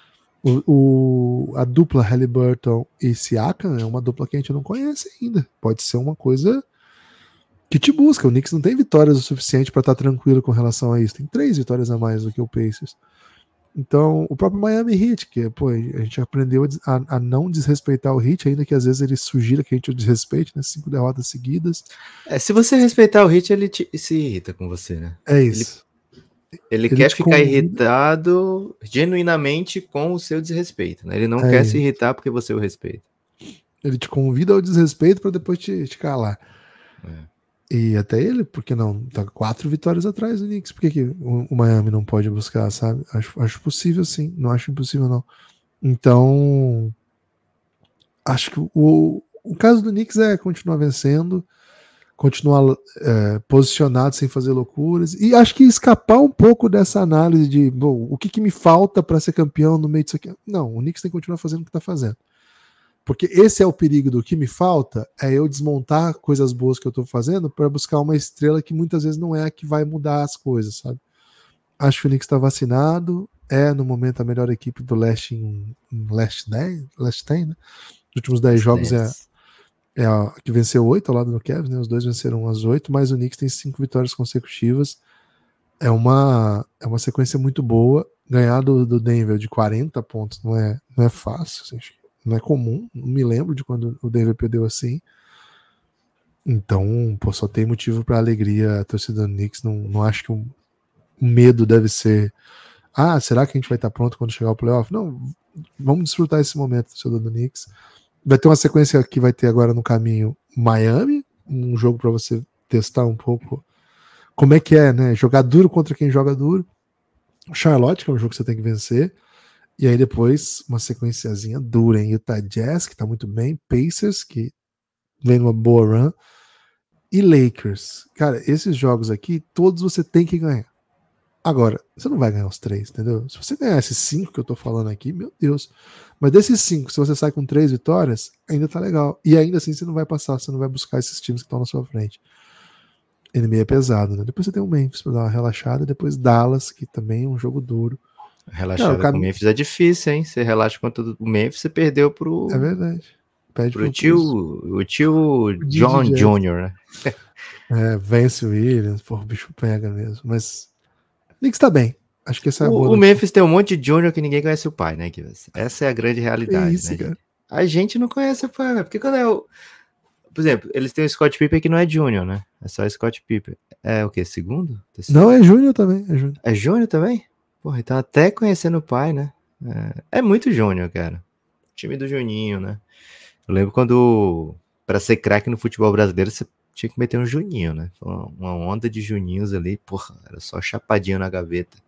A dupla Haliburton e Siakam é uma dupla que a gente não conhece ainda. Pode ser uma coisa que te busca. O Knicks não tem vitórias o suficiente para estar tranquilo com relação a isso. Tem 3 vitórias a mais do que o Pacers. Então, o próprio Miami Heat, que pô, a gente aprendeu a não desrespeitar o Heat, ainda que às vezes ele sugira que a gente o desrespeite, né? 5 derrotas seguidas. Se você respeitar o Heat, ele se irrita com você, né? É isso. Ele quer ficar irritado genuinamente com o seu desrespeito, né? Ele não quer se irritar porque você o respeita. Ele te convida ao desrespeito para depois te calar. E até ele, porque não? Tá 4 vitórias atrás do Knicks. Por que o Miami não pode buscar, sabe? Acho possível, sim. Não acho impossível, não. Então, acho que o caso do Knicks é continuar vencendo, continuar posicionado sem fazer loucuras, e acho que escapar um pouco dessa análise de o que me falta para ser campeão no meio disso aqui. Não, o Knicks tem que continuar fazendo o que está fazendo. Porque esse é o perigo do que me falta, é eu desmontar coisas boas que eu estou fazendo para buscar uma estrela que muitas vezes não é a que vai mudar as coisas, sabe? Acho que o Knicks está vacinado, no momento a melhor equipe do leste em last 10, né? Nos últimos 10 jogos é a que venceu 8 ao lado do Cavs, né? Os dois venceram as 8, mas o Knicks tem 5 vitórias consecutivas. É uma sequência muito boa. Ganhar do Denver de 40 pontos não é fácil, assim, não é comum. Não me lembro de quando o Denver perdeu assim. Então, só tem motivo para alegria a torcida do Knicks. Não acho que o medo deve ser será que a gente vai estar pronto quando chegar ao playoff? Não, vamos desfrutar esse momento, torcedor do Knicks. Vai ter uma sequência que vai ter agora no caminho Miami, um jogo para você testar um pouco como é que é, né? Jogar duro contra quem joga duro. Charlotte, que é um jogo que você tem que vencer. E aí depois uma sequenciazinha dura em Utah Jazz, que tá muito bem. Pacers, que vem numa boa run. E Lakers. Cara, esses jogos aqui, todos você tem que ganhar. Agora, você não vai ganhar os 3, entendeu? Se você ganhar esses 5 que eu tô falando aqui, meu Deus. Mas desses 5, se você sai com 3 vitórias, ainda tá legal. E ainda assim você não vai passar, você não vai buscar esses times que estão na sua frente. NBA é pesado, né? Depois você tem o Memphis pra dar uma relaxada, depois Dallas, que também é um jogo duro. Relaxada com o Memphis é difícil, hein? Você relaxa contra o Memphis, você perdeu pro... É verdade. Perde pro tio John Jr., né? Vence o Williams, o bicho pega mesmo. Mas Knicks tá bem. Acho que essa é a boa. O Memphis tem um monte de Júnior que ninguém conhece o pai, né, Guilherme? Essa é a grande realidade, isso, né? Cara? A gente não conhece o pai, né? Porque quando é o... Por exemplo, eles têm o Scott Pippen que não é Júnior, né? É só Scott Pippen. É o quê? Segundo? Terceiro? Não, é Júnior também. É Júnior também? Porra, então até conhecendo o pai, né? É muito Júnior, cara. Time do Juninho, né? Eu lembro quando, pra ser craque no futebol brasileiro, você tinha que meter um Juninho, né? Uma onda de Juninhos ali, porra, era só chapadinho na gaveta.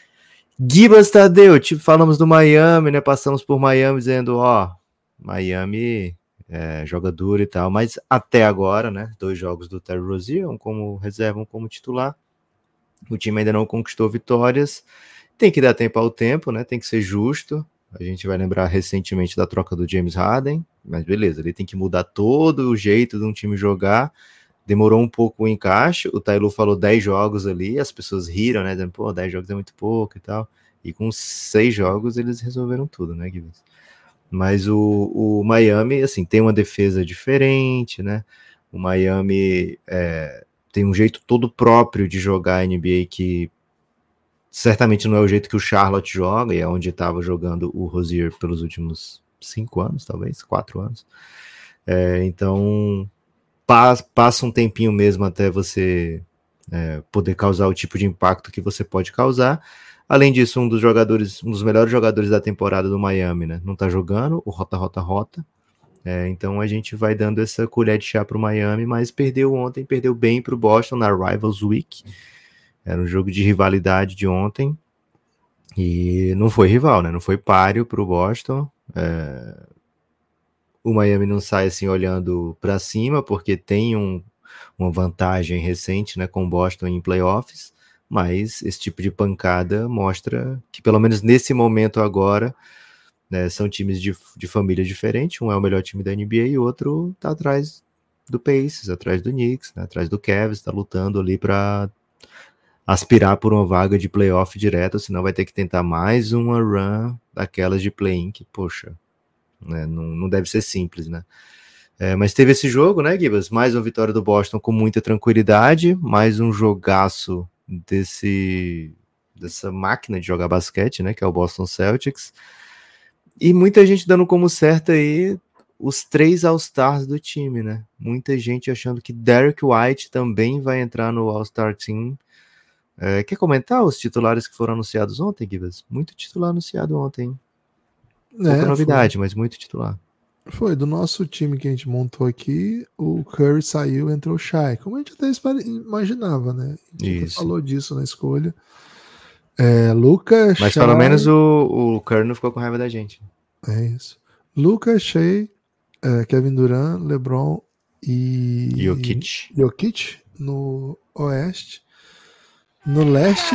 Gibas Tadeu, falamos do Miami, né? Passamos por Miami dizendo, Miami joga duro e tal, mas até agora, né? 2 jogos do Terry Rozier, um como reserva, um como titular. O time ainda não conquistou vitórias. Tem que dar tempo ao tempo, né? Tem que ser justo. A gente vai lembrar recentemente da troca do James Harden, mas beleza, ele tem que mudar todo o jeito de um time jogar. Demorou um pouco o encaixe. O Tailu falou 10 jogos ali, as pessoas riram, né? Dizendo, 10 jogos é muito pouco e tal. E com 6 jogos eles resolveram tudo, né, Guilherme? Mas o Miami, assim, tem uma defesa diferente, né? O Miami tem um jeito todo próprio de jogar NBA que certamente não é o jeito que o Charlotte joga, e é onde estava jogando o Rozier pelos últimos 5 anos, talvez, 4 anos. Então, passa um tempinho mesmo até você poder causar o tipo de impacto que você pode causar. Além disso, um dos melhores jogadores da temporada do Miami, né? Não tá jogando, o Rota. Então a gente vai dando essa colher de chá pro Miami, mas perdeu ontem, perdeu bem pro Boston na Rivals Week. Era um jogo de rivalidade de ontem. E não foi rival, né? Não foi páreo pro Boston. O Miami não sai assim olhando para cima, porque tem uma vantagem recente, né, com o Boston em playoffs, mas esse tipo de pancada mostra que, pelo menos nesse momento agora, né, são times de família diferente. Um é o melhor time da NBA e o outro tá atrás do Pacers, atrás do Knicks, né, atrás do Cavs, tá lutando ali para aspirar por uma vaga de playoff direto, senão vai ter que tentar mais uma run daquelas de play-in que, poxa, né, não deve ser simples, né? Mas teve esse jogo, né, Gibas? Mais uma vitória do Boston com muita tranquilidade, mais um jogaço dessa máquina de jogar basquete, né, que é o Boston Celtics, e muita gente dando como certo aí os 3 All-Stars do time, né? Muita gente achando que Derrick White também vai entrar no All-Star Team. Quer comentar os titulares que foram anunciados ontem, Gibas? Muito titular anunciado ontem, hein? Pouca novidade, mas muito titular. Foi, do nosso time que a gente montou aqui, o Curry saiu, entrou o Shai, como a gente até imaginava, né? A gente até falou disso na escolha. Luka, mas Shai... pelo menos o Curry não ficou com raiva da gente. É isso. Luka, Shai, Kevin Durant, LeBron e Jokic no Oeste. No Leste...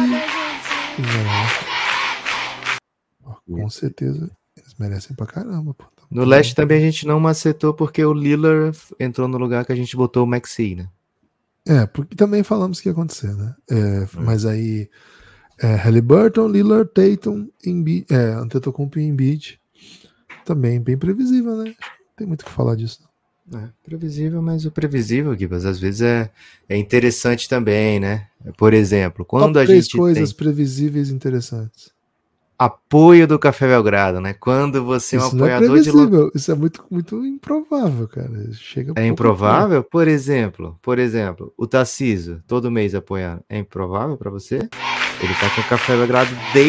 com certeza eles merecem pra caramba, pô. No Leste também a gente não macetou porque o Lillard entrou no lugar que a gente botou o Maxey, né? Porque também falamos que ia acontecer, né? Mas aí Haliburton, Lillard, Tatum, Antetokounmpo e Embiid. Também bem previsível, né? Não tem muito o que falar disso. Previsível, mas o previsível, Gibas, às vezes é interessante também, né? Por exemplo, quando a gente coisas previsíveis e interessantes. Apoio do Café Belgrado, né? Quando você é um apoiador de... Isso não é previsível, isso é muito, muito improvável, cara. É improvável? Por exemplo, o Tarcísio, todo mês apoiando. É improvável para você? Ele tá com o Café Belgrado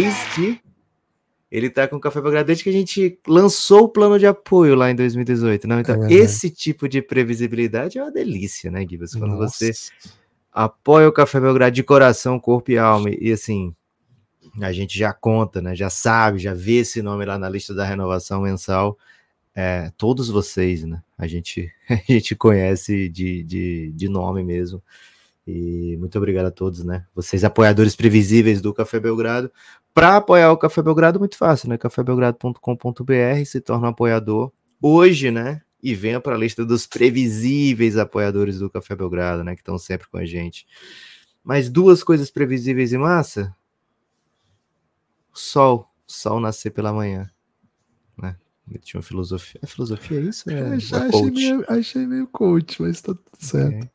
desde que a gente lançou o plano de apoio lá em 2018. Não? Então, esse tipo de previsibilidade é uma delícia, né, Gibas? Quando você apoia o Café Belgrado de coração, corpo e alma, e assim... A gente já conta, né? Já sabe, já vê esse nome lá na lista da renovação mensal. Todos vocês, né? A gente conhece de nome mesmo. E muito obrigado a todos, né? Vocês apoiadores previsíveis do Café Belgrado. Para apoiar o Café Belgrado, muito fácil, né? cafébelgrado.com.br, se torna um apoiador hoje, né? E venha para a lista dos previsíveis apoiadores do Café Belgrado, né? Que estão sempre com a gente. Mas 2 coisas previsíveis e massa... Sol nascer pela manhã, né? Tinha uma filosofia. É filosofia isso? Achei meio coach, mas tá tudo certo.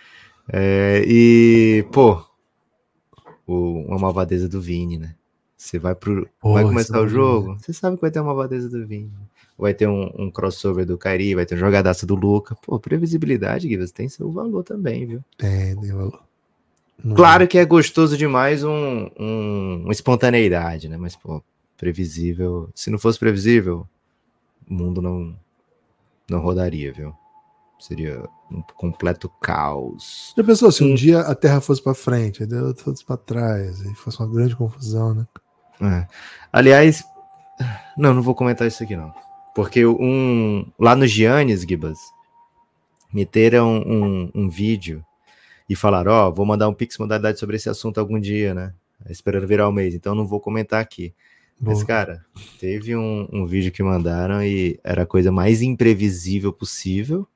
E, pô, uma malvadeza do Vini, né? Você vai começar o jogo, você sabe que vai ter uma malvadeza do Vini. Vai ter um crossover do Kyrie, vai ter um jogadaço do Luka. Pô, previsibilidade, Guilherme, tem seu valor também, viu? Tem valor. Claro que é gostoso demais uma espontaneidade, né? Mas, pô, previsível. Se não fosse previsível, o mundo não rodaria, viu? Seria um completo caos. Já pensou se um dia a Terra fosse para frente, aí deu todos para trás, e fosse uma grande confusão, né? Aliás, não vou comentar isso aqui, não. Porque lá no Giannis, Gibas, meteram um vídeo e falaram, vou mandar um Pix modalidade sobre esse assunto algum dia, né? Esperando virar o mês, então não vou comentar aqui. Boa. Mas, cara, teve um vídeo que mandaram e era a coisa mais imprevisível possível.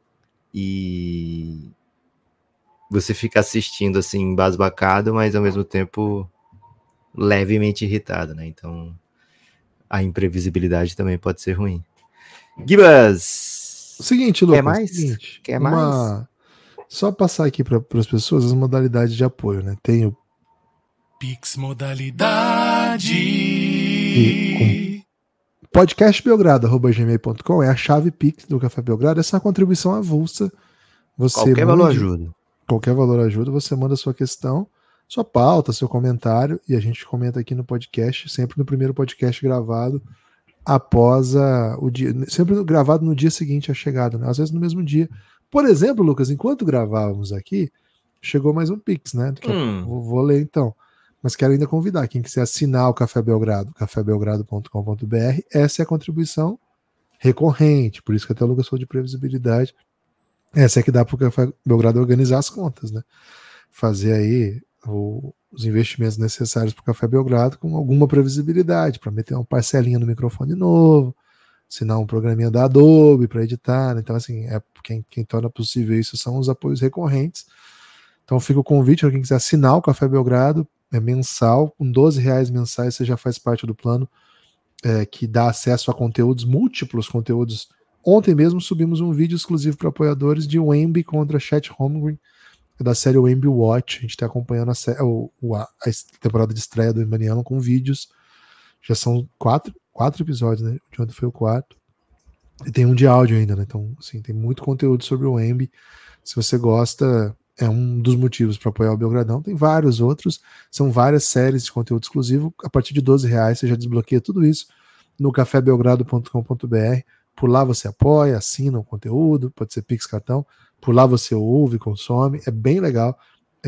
E você fica assistindo, assim, embasbacado, mas ao mesmo tempo levemente irritado, né? Então, a imprevisibilidade também pode ser ruim. Gibas! O seguinte, Lucas. Quer mais? Só passar aqui para as pessoas as modalidades de apoio, né? Tem o Pix Modalidade. podcastbelgrado@gmail.com é a chave Pix do Café Belgrado. Essa é uma contribuição avulsa. Qualquer valor ajuda. Qualquer valor ajuda, você manda sua questão, sua pauta, seu comentário, e a gente comenta aqui no podcast, sempre no primeiro podcast gravado, após o dia, sempre gravado no dia seguinte à chegada, né? Às vezes no mesmo dia. Por exemplo, Lucas, enquanto gravávamos aqui, chegou mais um Pix, né? Daqui a pouco vou ler então. Mas quero ainda convidar quem quiser assinar o Café Belgrado, cafébelgrado.com.br. Essa é a contribuição recorrente, por isso que até o Lucas falou de previsibilidade. Essa é que dá para o Café Belgrado organizar as contas, né? Fazer aí os investimentos necessários para o Café Belgrado com alguma previsibilidade, para meter uma parcelinha no microfone novo, assinar um programinha da Adobe para editar, né? Então, assim, quem torna possível isso são os apoios recorrentes. Então fica o convite para quem quiser assinar o Café Belgrado, é mensal, com R$12 mensais você já faz parte do plano que dá acesso a conteúdos, múltiplos conteúdos. Ontem mesmo subimos um vídeo exclusivo para apoiadores de Wemby contra Chet Holmgren, da série Wemby Watch. A gente está acompanhando a temporada de estreia do Embaniano com vídeos. Já são quatro episódios, né? De ontem foi o 4. E tem um de áudio ainda, né? Então, assim, tem muito conteúdo sobre o Wemby. Se você gosta, é um dos motivos para apoiar o Belgradão. Tem vários outros, são várias séries de conteúdo exclusivo. A partir de R$12 você já desbloqueia tudo isso no cafébelgrado.com.br. Por lá você apoia, assina o conteúdo, pode ser Pix Cartão. Por lá você ouve, consome, é bem legal.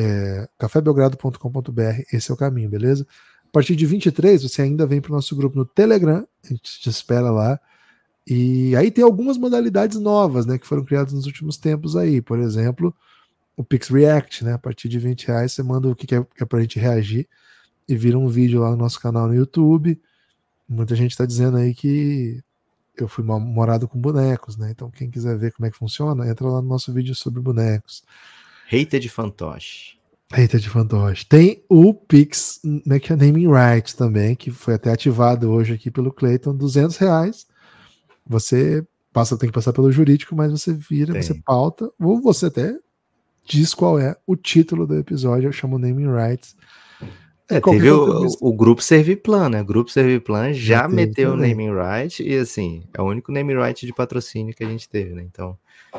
Cafébelgrado.com.br, esse é o caminho, beleza? A partir de 23 você ainda vem para o nosso grupo no Telegram, a gente te espera lá. E aí tem algumas modalidades novas, né, que foram criadas nos últimos tempos aí. Por exemplo, o Pix React, né? A partir de R$20 você manda o que é pra gente reagir e vira um vídeo lá no nosso canal no YouTube. Muita gente tá dizendo aí que eu fui mal-humorado com bonecos, né? Então quem quiser ver como é que funciona, entra lá no nosso vídeo sobre bonecos. Hater de fantoche. Hater de fantoche. Tem o Pix, né, que é Naming Rights também, que foi até ativado hoje aqui pelo Clayton, R$200. Você tem que passar pelo jurídico, mas você vira, você pauta, ou você até diz qual é o título do episódio, eu chamo Naming Rights. Teve o Grupo Serviplan, né? O Grupo Serviplan já meteu o Naming Right e, assim, é o único Naming Right de patrocínio que a gente teve, né? Então,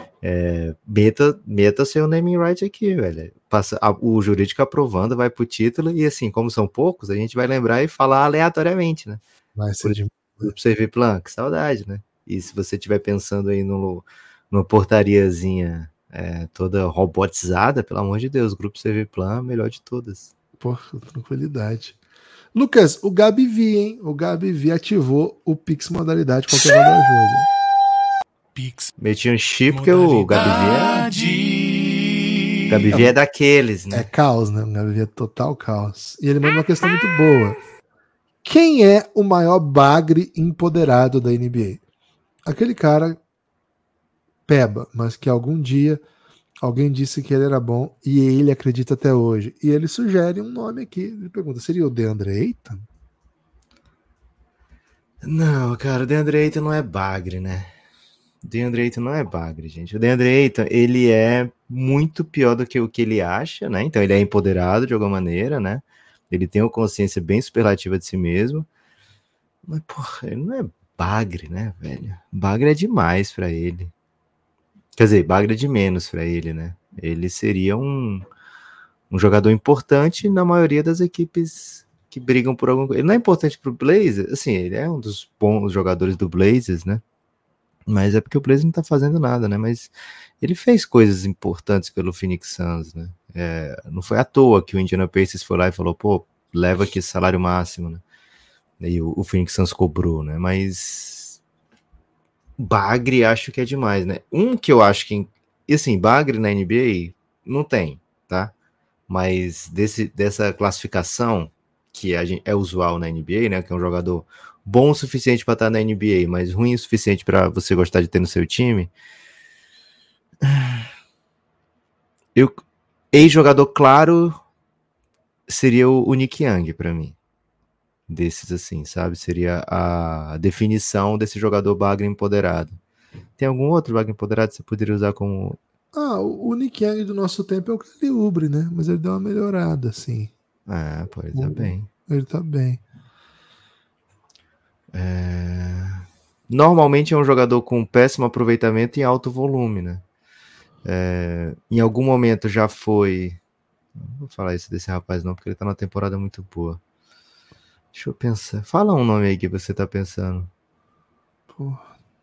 meta seu Naming Right aqui, velho. O jurídico aprovando, vai pro título e, assim, como são poucos, a gente vai lembrar e falar aleatoriamente, né? Vai ser de Grupo Serviplan, que saudade, né? E se você estiver pensando aí numa portariazinha toda robotizada, pelo amor de Deus, Grupo Serviplan, melhor de todas. Por tranquilidade. Lucas, o Gabi Vi, hein? O Gabi Vi ativou o Pix modalidade qualquer valor ajuda. Pix. Meti um chip porque o Gabi Vi é daqueles, né? É caos, né? O Gabi Vi é total caos. E ele manda uma questão muito boa. Quem é o maior bagre empoderado da NBA? Aquele cara peba, mas que algum dia alguém disse que ele era bom e ele acredita até hoje. E ele sugere um nome aqui. Ele pergunta, seria o DeAndre Ayton? Não, cara, o DeAndre Ayton não é bagre, né? O DeAndre Ayton não é bagre, gente. O DeAndre Ayton, ele é muito pior do que o que ele acha, né? Então ele é empoderado de alguma maneira, né? Ele tem uma consciência bem superlativa de si mesmo. Mas, porra, ele não é bagre, né, velho? Bagre é demais pra ele. Quer dizer, bagre é de menos pra ele, né? Ele seria um jogador importante na maioria das equipes que brigam por alguma coisa. Ele não é importante pro Blazers, assim, ele é um dos bons jogadores do Blazers, né? Mas é porque o Blazers não tá fazendo nada, né? Mas ele fez coisas importantes pelo Phoenix Suns, né? Não foi à toa que o Indiana Pacers foi lá e falou, pô, leva aqui esse salário máximo, né? E o Phoenix Suns cobrou, né? Mas bagre acho que é demais, né? Um que eu acho que, e assim, bagre na NBA não tem, tá? Mas dessa classificação que é usual na NBA, né? Que é um jogador bom o suficiente para estar na NBA, mas ruim o suficiente para você gostar de ter no seu time. Ex-jogador claro seria o Nick Young para mim. Desses assim, sabe? Seria a definição desse jogador bagre empoderado. Tem algum outro bagre empoderado que você poderia usar como... O Nick Young do nosso tempo é o Kelly Oubre, né? Mas ele deu uma melhorada, assim. Pô, ele tá bem. Ele tá bem. Normalmente é um jogador com péssimo aproveitamento e alto volume, né? Em algum momento já foi... Não vou falar isso desse rapaz não, porque ele tá numa temporada muito boa. Deixa eu pensar. Fala um nome aí que você tá pensando. Pô.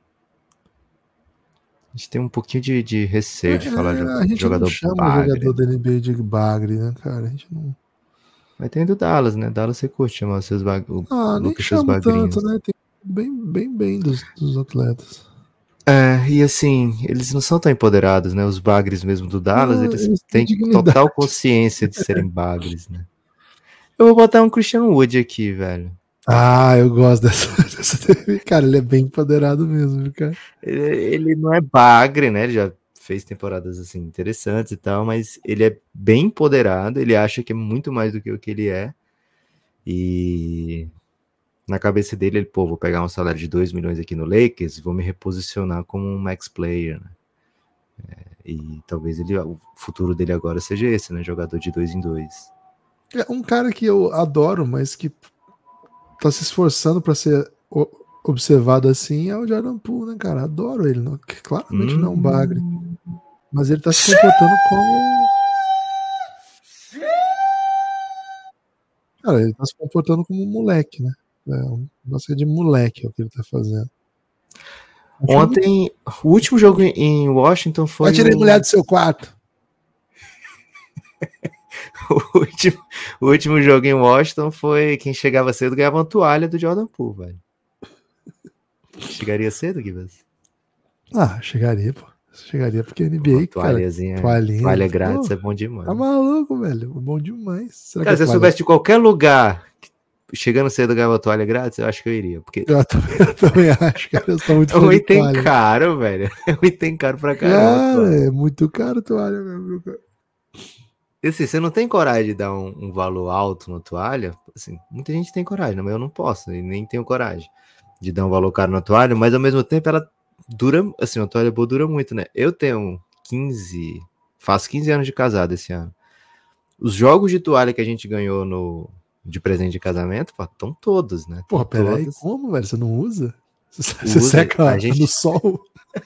A gente tem um pouquinho de receio de falar A gente jogador não chama bagre. jogador da NBA de bagre, né, cara? A gente não... Mas tem do Dallas, né? Dallas você curte chamar seus o nem Lucas seus chamo bagrinhos. tanto, né? Tem bem dos atletas. E assim, eles não são tão empoderados, né? Os bagres mesmo do Dallas, eles têm dignidade. total consciência de serem bagres, né? Eu vou botar um Christian Wood aqui, velho. Eu gosto dessa. Cara, ele é bem empoderado mesmo, cara. Ele não é bagre, né? Ele já fez temporadas assim interessantes e tal, mas ele é bem empoderado, ele acha que é muito mais do que o que ele é. E na cabeça dele, ele, vou pegar um salário de 2 milhões aqui no Lakers, vou me reposicionar como um max player, né? E talvez o futuro dele agora seja esse, né? Jogador de 2 em 2. É um cara que eu adoro, mas que tá se esforçando para ser observado assim é o Jordan Poole, né, cara? Adoro ele. Não, claramente não é um bagre. Mas ele tá se comportando como... Cara, ele tá se comportando como um moleque, né? Um negócio de moleque é o que ele tá fazendo. Ontem, o último jogo em Washington foi... Eu tirei mulher do seu quarto. O último jogo em Washington foi quem chegava cedo ganhava uma toalha do Jordan Poole, velho. Chegaria cedo, Gibas? Chegaria, pô. Chegaria porque a NBA, toalhazinha, cara, toalha grátis é bom demais. Tá maluco, velho. Bom demais. Será cara, se eu soubesse de qualquer lugar chegando cedo ganhava toalha grátis, eu acho que eu iria. Porque... Eu também acho, cara. Eu sou muito é um item caro, velho. É um item caro pra caramba. Cara, é muito caro toalha mesmo, cara. E assim, você não tem coragem de dar um valor alto na toalha? Assim, muita gente tem coragem, mas eu não posso, e nem tenho coragem de dar um valor caro na toalha, mas ao mesmo tempo ela dura, assim, uma toalha boa dura muito, né? Eu tenho faço 15 anos de casado esse ano. Os jogos de toalha que a gente ganhou de presente de casamento, estão todos, né? Porra, peraí, como, velho? Você não usa? Você usa, seca no sol?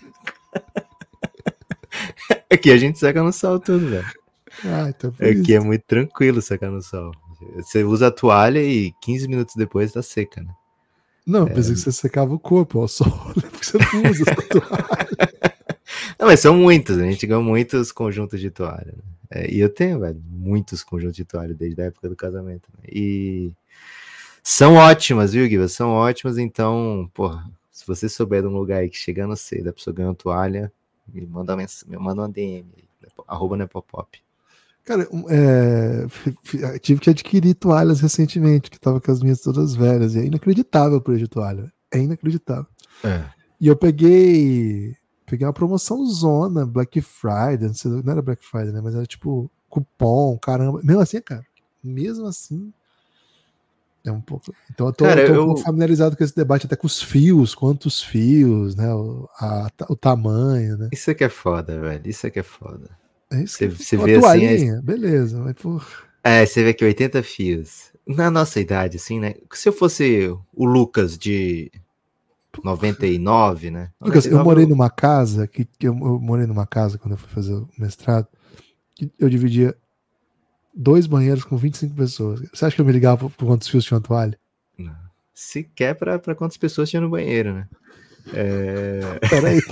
Aqui a gente seca no sol tudo, velho. Então aqui é muito tranquilo secar no sol. Você usa a toalha e 15 minutos depois tá seca, né? Não, eu pensei que você secava o corpo ao sol, porque você não usa essa toalha. Não, mas são muitos, a gente ganhou muitos conjuntos de toalha, né? E eu tenho, velho, muitos conjuntos de toalha desde a época do casamento, né? E são ótimas, viu, Guilherme? São ótimas, então, porra, se você souber de um lugar aí que chegando cedo, a pessoa ganha uma toalha, me manda uma DM, @nepopop. Cara, tive que adquirir toalhas recentemente, que tava com as minhas todas velhas, e é inacreditável o preço de toalha. É inacreditável. E eu peguei uma promoção zona, Black Friday, não era Black Friday, né? Mas era tipo cupom, caramba. Mesmo assim, é um pouco... Então eu tô familiarizado com esse debate, até com os fios, quantos fios, né? O tamanho, né? Isso aqui é foda, velho. Isso aqui é foda. É isso você vê assim... beleza, mas porra... você vê que 80 fios. Na nossa idade, assim, né? Se eu fosse o Lucas de 99, né? Lucas, eu morei numa casa, eu morei numa casa quando eu fui fazer o mestrado, que eu dividia 2 banheiros com 25 pessoas. Você acha que eu me ligava por quantos fios tinha uma toalha? Não. Sequer pra quantas pessoas tinha no banheiro, né? Peraí.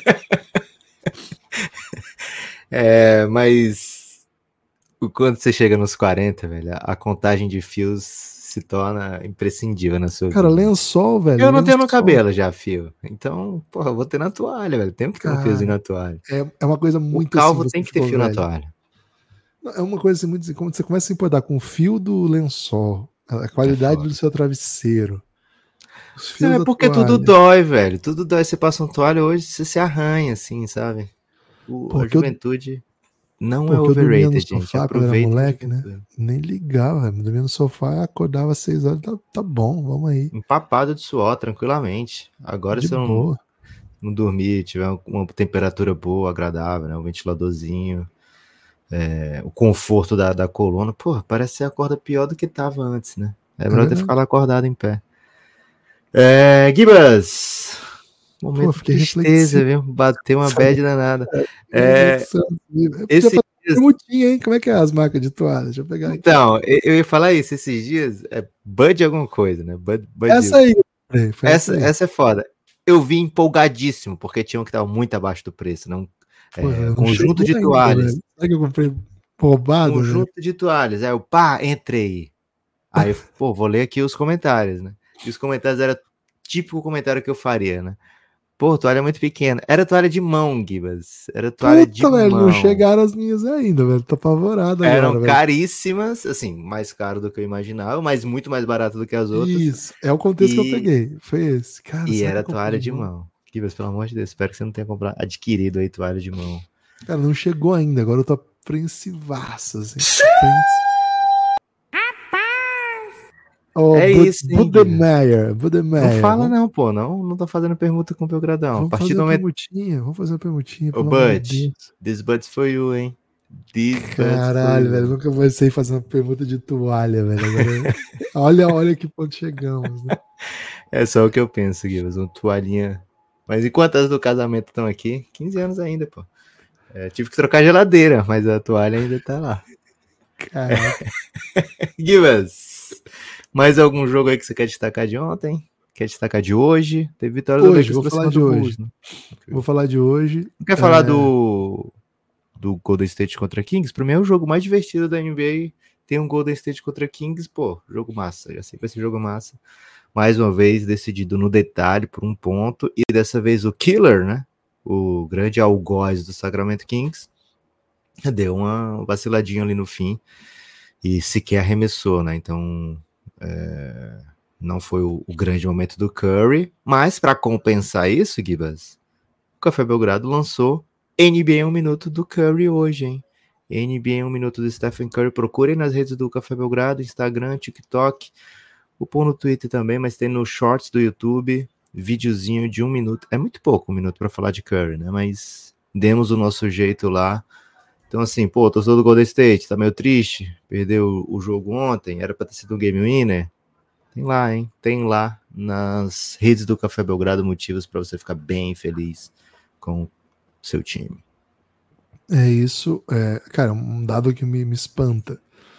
Mas quando você chega nos 40, velho, a contagem de fios se torna imprescindível na sua vida. Cara, lençol, velho. Eu não tenho no cabelo já fio. Então, porra, eu vou ter na toalha, velho. Tem que ter um fiozinho na toalha. É uma coisa muito... O calvo tem que ter fio na toalha. É uma coisa assim, muito assim, quando você começa a se importar com o fio do lençol, a qualidade do seu travesseiro. É porque tudo dói, velho. Tudo dói. Você passa uma toalha hoje, você se arranha, assim, sabe? A juventude não é overrated, gente. Sofá, aproveita. Quando era moleque, né? Nem ligava, velho. Dormia no sofá, acordava às 6 horas, tá bom, vamos aí. Empapado de suor, tranquilamente. Agora, se eu não dormir, tiver uma temperatura boa, agradável, né? Um ventiladorzinho, o conforto da coluna, porra, parece que você acorda pior do que tava antes, né? É melhor ter ficado acordado em pé. Gibas, Momento de fiquei tristeza, reflexivo. viu? Bateu uma Sabe? bad danada. Reflexão. Eu podia Esse fazer uma perguntinha, hein? Como é que é as marcas de toalha? Deixa eu pegar aqui. Então, eu ia falar isso esses dias. É Bud alguma coisa, né? Bud Essa aí. Foi essa é foda. Eu vi empolgadíssimo, porque tinham que estar muito abaixo do preço. Não, Não conjunto de ainda, toalhas. velho. Será que eu comprei roubado? Conjunto de toalhas. Aí eu, entrei. Aí eu, vou ler aqui os comentários, né? E os comentários eram típico comentário que eu faria, né? Pô, toalha muito pequena. Era toalha de mão, Gibas. Era toalha de velho, mão. não chegaram as minhas ainda, velho. Tô apavorado agora, Eram velho. caríssimas, assim, mais caro do que eu imaginava, mas muito mais barato do que as outras. Isso, é o contexto que eu peguei. Foi esse. Cara, E será era que eu comprei toalha de mão. Gibas, pelo amor de Deus, espero que você não tenha adquirido aí toalha de mão. Cara, não chegou ainda. Agora eu tô apreensivaço, assim. Isso, hein, Budemeyer. Não fala não, pô. Não tô fazendo permuta com o Belgradão. Vamos fazer uma permutinha, Ô, pelo amor de Bud, Deus. this Bud's for you, hein? Caralho, velho. Nunca comecei fazendo uma permuta de toalha, velho. Agora, olha que ponto chegamos, né? É só o que eu penso, Gibas. Uma toalhinha. Mas enquanto as do casamento estão aqui, 15 anos ainda, pô. Tive que trocar a geladeira, mas a toalha ainda tá lá. Caraca. Gibas, mais algum jogo aí que você quer destacar de ontem? Quer destacar de hoje? Teve vitória Hoje, do vou falar de hoje. Bulls, né? Vou falar de hoje. Não quer falar do Golden State contra Kings? Pra mim é o jogo mais divertido da NBA. Tem um Golden State contra Kings, pô, jogo massa. Já sei que vai ser jogo massa. Mais uma vez, decidido no detalhe por um ponto. E dessa vez o Killer, né? O grande algoz do Sacramento Kings, deu uma vaciladinha ali no fim e sequer arremessou, né? Então, não foi o grande momento do Curry, mas para compensar isso, Gibas, o Café Belgrado lançou NBA 1 Minuto do Curry hoje, hein? NBA 1 Minuto do Stephen Curry. Procurem nas redes do Café Belgrado, Instagram, TikTok, o pôr no Twitter também, mas tem no Shorts do YouTube, videozinho de 1 minuto. É muito pouco 1 minuto para falar de Curry, né? Mas demos o nosso jeito lá. Então, assim, pô, torcedor do Golden State, tá meio triste, perdeu o jogo ontem, era pra ter sido um game winner. Tem lá, hein? Tem lá nas redes do Café Belgrado motivos para você ficar bem feliz com o seu time. É isso. Cara, um dado que me espanta.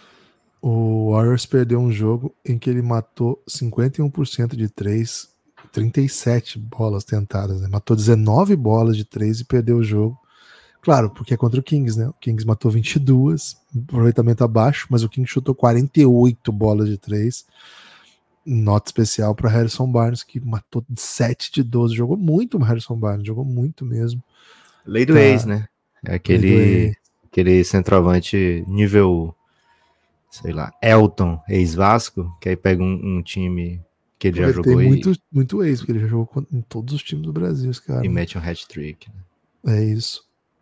O Warriors perdeu um jogo em que ele matou 51% de 3, 37 bolas tentadas, né? Matou 19 bolas de 3 e perdeu o jogo. Claro, porque é contra o Kings, né? O Kings matou 22, aproveitamento abaixo, mas o Kings chutou 48 bolas de 3. Nota especial para Harrison Barnes, que matou 7 de 12. Jogou muito o Harrison Barnes, jogou muito mesmo. Lei do ex, né? É aquele centroavante nível, sei lá, Elton, ex-Vasco, que aí pega um time que ele já jogou aí. Muito ex, porque ele já jogou em todos os times do Brasil, esse cara. E mete um hat-trick. Né? É isso.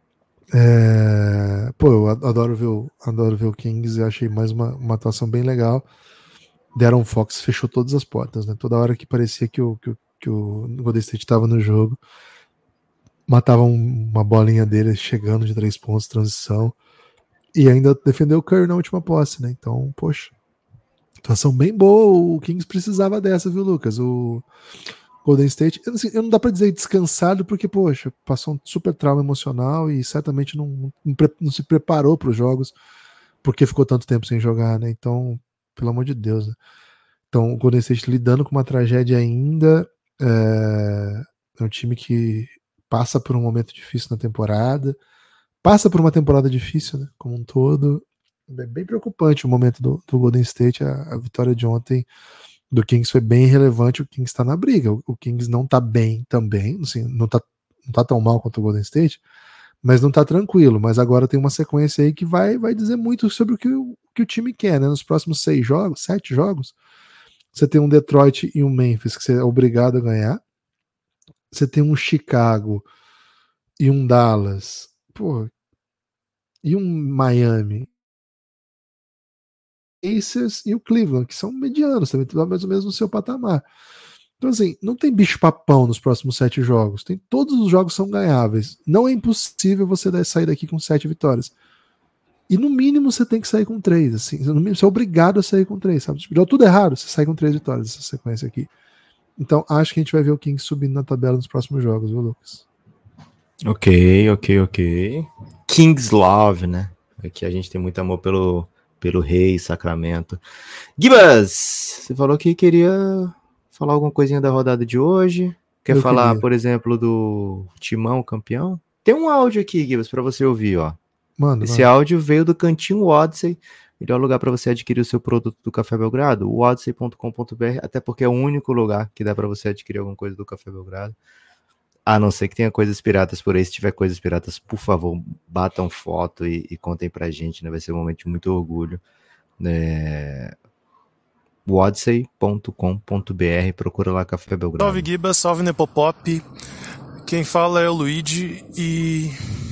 Pô, eu adoro ver o Kings e achei mais uma atuação bem legal. Darren Fox fechou todas as portas, né? Toda hora que parecia que o Golden State estava no jogo, matava uma bolinha dele chegando de 3 pontos, transição, e ainda defendeu o Curry na última posse, né? Então, poxa, atuação bem boa. O Kings precisava dessa, viu, Lucas? O Golden State, assim, eu não dá pra dizer descansado, porque, poxa, passou um super trauma emocional e certamente não se preparou para os jogos, porque ficou tanto tempo sem jogar, né? Então, pelo amor de Deus, né? Então, o Golden State lidando com uma tragédia ainda, é um time que passa por um momento difícil na temporada, passa por uma temporada difícil, né, como um todo. É bem preocupante o momento do Golden State. A vitória de ontem do Kings foi bem relevante. O Kings está na briga. O Kings não está bem também, assim, não tá tão mal quanto o Golden State, mas não está tranquilo. Mas agora tem uma sequência aí que vai dizer muito sobre o que o time quer, né? Nos próximos 7 jogos, você tem um Detroit e um Memphis que você é obrigado a ganhar. Você tem um Chicago e um Dallas, pô, e um Miami, Pacers e o Cleveland, que são medianos, também estão mais ou menos no seu patamar. Então, assim, não tem bicho-papão nos próximos 7 jogos. Todos os jogos são ganháveis. Não é impossível você sair daqui com 7 vitórias. E no mínimo você tem que sair com 3. Assim, no mínimo, você é obrigado a sair com 3, sabe? Deu tudo errado, você sai com 3 vitórias nessa sequência aqui. Então acho que a gente vai ver o Kings subindo na tabela nos próximos jogos, viu, Lucas? Ok. Kings Love, né? Aqui a gente tem muito amor pelo Rei Sacramento. Gibas, você falou que queria falar alguma coisinha da rodada de hoje. Quer falar, por exemplo, do Timão campeão? Tem um áudio aqui, Gibas, para você ouvir, ó. Mano, esse áudio veio do Cantinho Odyssey, melhor lugar para você adquirir o seu produto do Café Belgrado, o odyssey.com.br, até porque é o único lugar que dá para você adquirir alguma coisa do Café Belgrado. A não ser que tenha coisas piratas por aí. Se tiver coisas piratas, por favor, batam foto e contem pra gente, né? Vai ser um momento de muito orgulho. Odyssey.com.br, procura lá Café Belgrado. Salve Giba, salve Nepopop. Quem fala é o Luigi e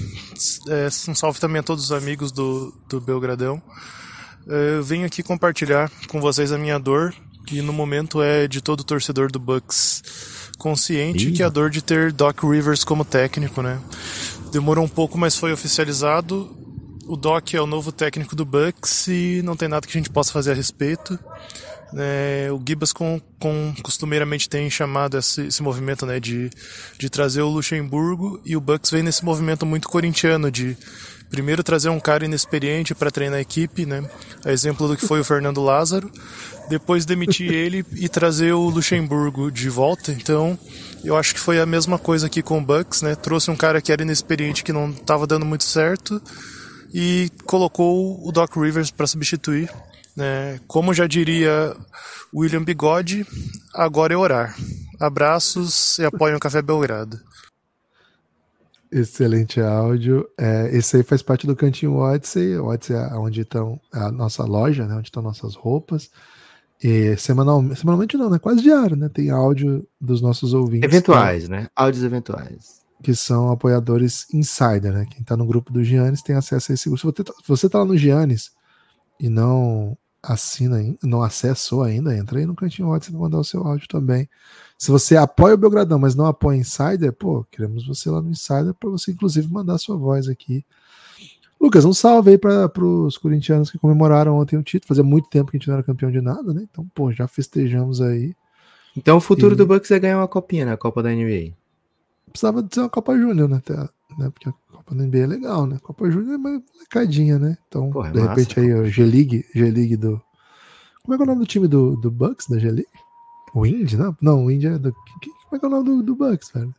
um salve também a todos os amigos do Belgradão. Eu venho aqui compartilhar com vocês a minha dor, que no momento é de todo torcedor do Bucks. Consciente que a dor de ter Doc Rivers como técnico, né? Demorou um pouco, mas foi oficializado. O Doc é o novo técnico do Bucks e não tem nada que a gente possa fazer a respeito. O Gibas costumeiramente tem chamado esse movimento, né, de trazer o Luxemburgo, e o Bucks vem nesse movimento muito corintiano de primeiro trazer um cara inexperiente para treinar a equipe, né, a exemplo do que foi o Fernando Lázaro, depois demitir ele e trazer o Luxemburgo de volta. Então eu acho que foi a mesma coisa aqui com o Bucks, né, trouxe um cara que era inexperiente, que não estava dando muito certo, e colocou o Doc Rivers para substituir. Como já diria William Bigode, agora é orar. Abraços e apoiem o Café Belgrado. Excelente áudio. Esse aí faz parte do Cantinho Odyssey. O Odyssey é onde estão a nossa loja, né? Onde estão nossas roupas. E semanalmente não, né? Quase diário, né? Tem áudio dos nossos ouvintes. Eventuais, né? Áudios eventuais. Que são apoiadores insider, né? Quem tá no grupo do Giannis tem acesso a esse grupo. Se você tá lá no Giannis e não não acessou ainda, entra aí no Cantinho Odyssey para mandar o seu áudio também. Se você apoia o Belgradão, mas não apoia Insider, queremos você lá no Insider para você, inclusive, mandar a sua voz aqui. Lucas, um salve aí para os corintianos que comemoraram ontem o título. Fazia muito tempo que a gente não era campeão de nada, né? Então, já festejamos aí. Então o futuro do Bucks é ganhar uma copinha na Copa da NBA. Precisava de ser uma Copa Júnior, né? Porque a Copa da NBA é legal, né? Copa Júnior é mais molecadinha, né? Então, de repente aí o G-League do... Como é que é o nome do time do Bucks, da G-League? O Indy, não? Não, o Indy é do... Como é que é o nome do Bucks, velho?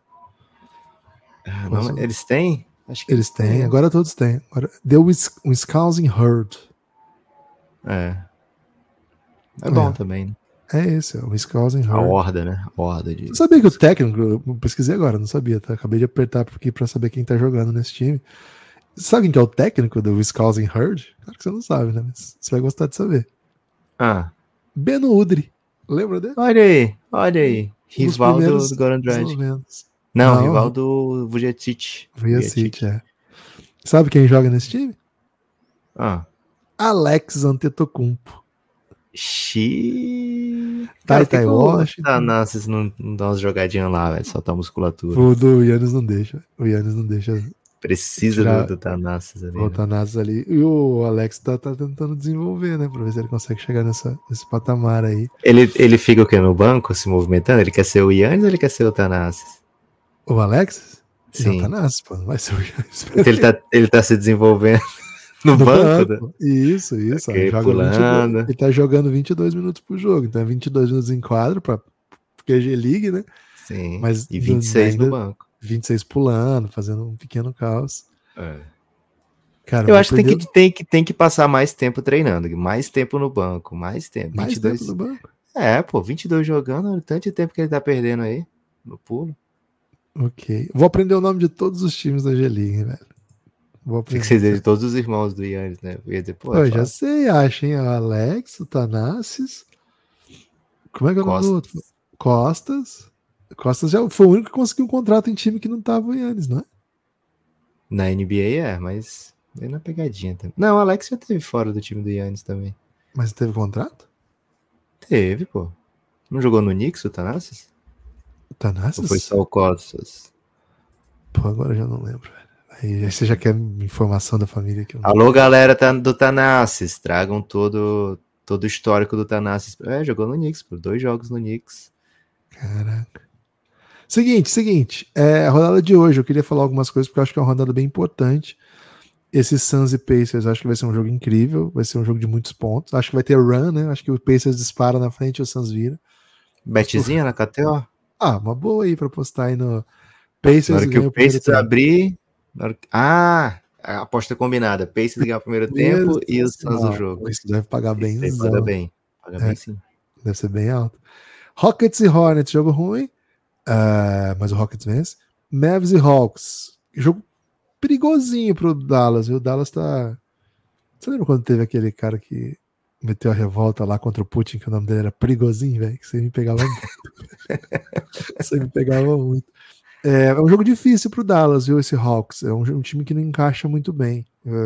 Eles têm? Acho que eles têm, agora todos têm. Agora, deu o Wisconsin Herd. É bom também, né? É esse, o Wisconsin Herd. A horda, né? A horda de... Você sabia que o técnico, eu pesquisei agora, não sabia, tá? Acabei de apertar aqui pra saber quem tá jogando nesse time. Sabe quem que é o técnico do Wisconsin Herd? Claro que você não sabe, né? Mas você vai gostar de saber. Beno Udrih. Lembra dele? Olha aí. Rival do Goran Dragic. Não, rival do Vujacic. Vujacic, é. Sabe quem joga nesse time? Alex Antetokounmpo. Tá Washington. Tanassis não dá umas jogadinhas lá, velho. Soltar musculatura. O do Giannis não deixa. O Giannis não deixa. Precisa do Tanassis ali. O Tanassis ali. E o Alex tá tentando desenvolver, né? Pra ver se ele consegue chegar nesse patamar aí. Ele fica o quê? No banco se movimentando? Ele quer ser o Giannis ou ele quer ser o Tanassis? O Alex? Sim. O Tanassis, pô. Não vai ser o Giannis. Então ele tá se desenvolvendo. No banco? Isso. Okay, pulando. Ele tá jogando 22 minutos por jogo. Então é 22 minutos em quadro porque é G-League, né? Sim. Mas e 26 no banco. 26 pulando, fazendo um pequeno caos. Cara, eu acho que tem que passar mais tempo treinando. Mais tempo no banco. Mais tempo. Mais 22... tempo no banco? 22 jogando. Tanto de tempo que ele tá perdendo aí. No pulo. Ok. Vou aprender o nome de todos os times da G-League, velho. Tem que ser de todos os irmãos do Giannis, né? Eu já sei, achem o Alex, o Tanassis. Como é que é o nome do outro? Costas já foi o único que conseguiu um contrato em time que não tava o Giannis, não é? Na NBA mas bem na pegadinha também. Não, o Alex já teve fora do time do Giannis também. Mas teve contrato? Teve, pô. Não jogou no Knicks o Tanassis? O Tanassis? Ou foi só o Costas? Pô, agora eu já não lembro, velho. Aí você já quer informação da família aqui. Alô, galera do Tanassis. Tragam todo o histórico do Tanassis. Jogou no Knicks, por 2 jogos no Knicks. Caraca. Seguinte, a rodada de hoje, eu queria falar algumas coisas porque eu acho que é uma rodada bem importante. Esse Suns e Pacers, acho que vai ser um jogo incrível, vai ser um jogo de muitos pontos. Acho que vai ter run, né? Acho que o Pacers dispara na frente e o Suns vira. Betzinha na KTO? Uma boa aí pra postar aí no Na Pacers hora que ganha o Pacers tempo. abrir... a aposta combinada. Pacers ganhar o primeiro tempo e o Suns o jogo. Isso deve pagar bem. Paga bem. Paga bem, sim. Deve ser bem alto. Rockets e Hornets, jogo ruim. Mas o Rockets vence. Mavs e Hawks, jogo perigosinho pro Dallas, viu? O Dallas tá... Você lembra quando teve aquele cara que meteu a revolta lá contra o Putin, que o nome dele era Perigosinho, velho? Que você me pegava muito. Você me pegava muito. É um jogo difícil pro Dallas, viu? Esse Hawks. É um time que não encaixa muito bem.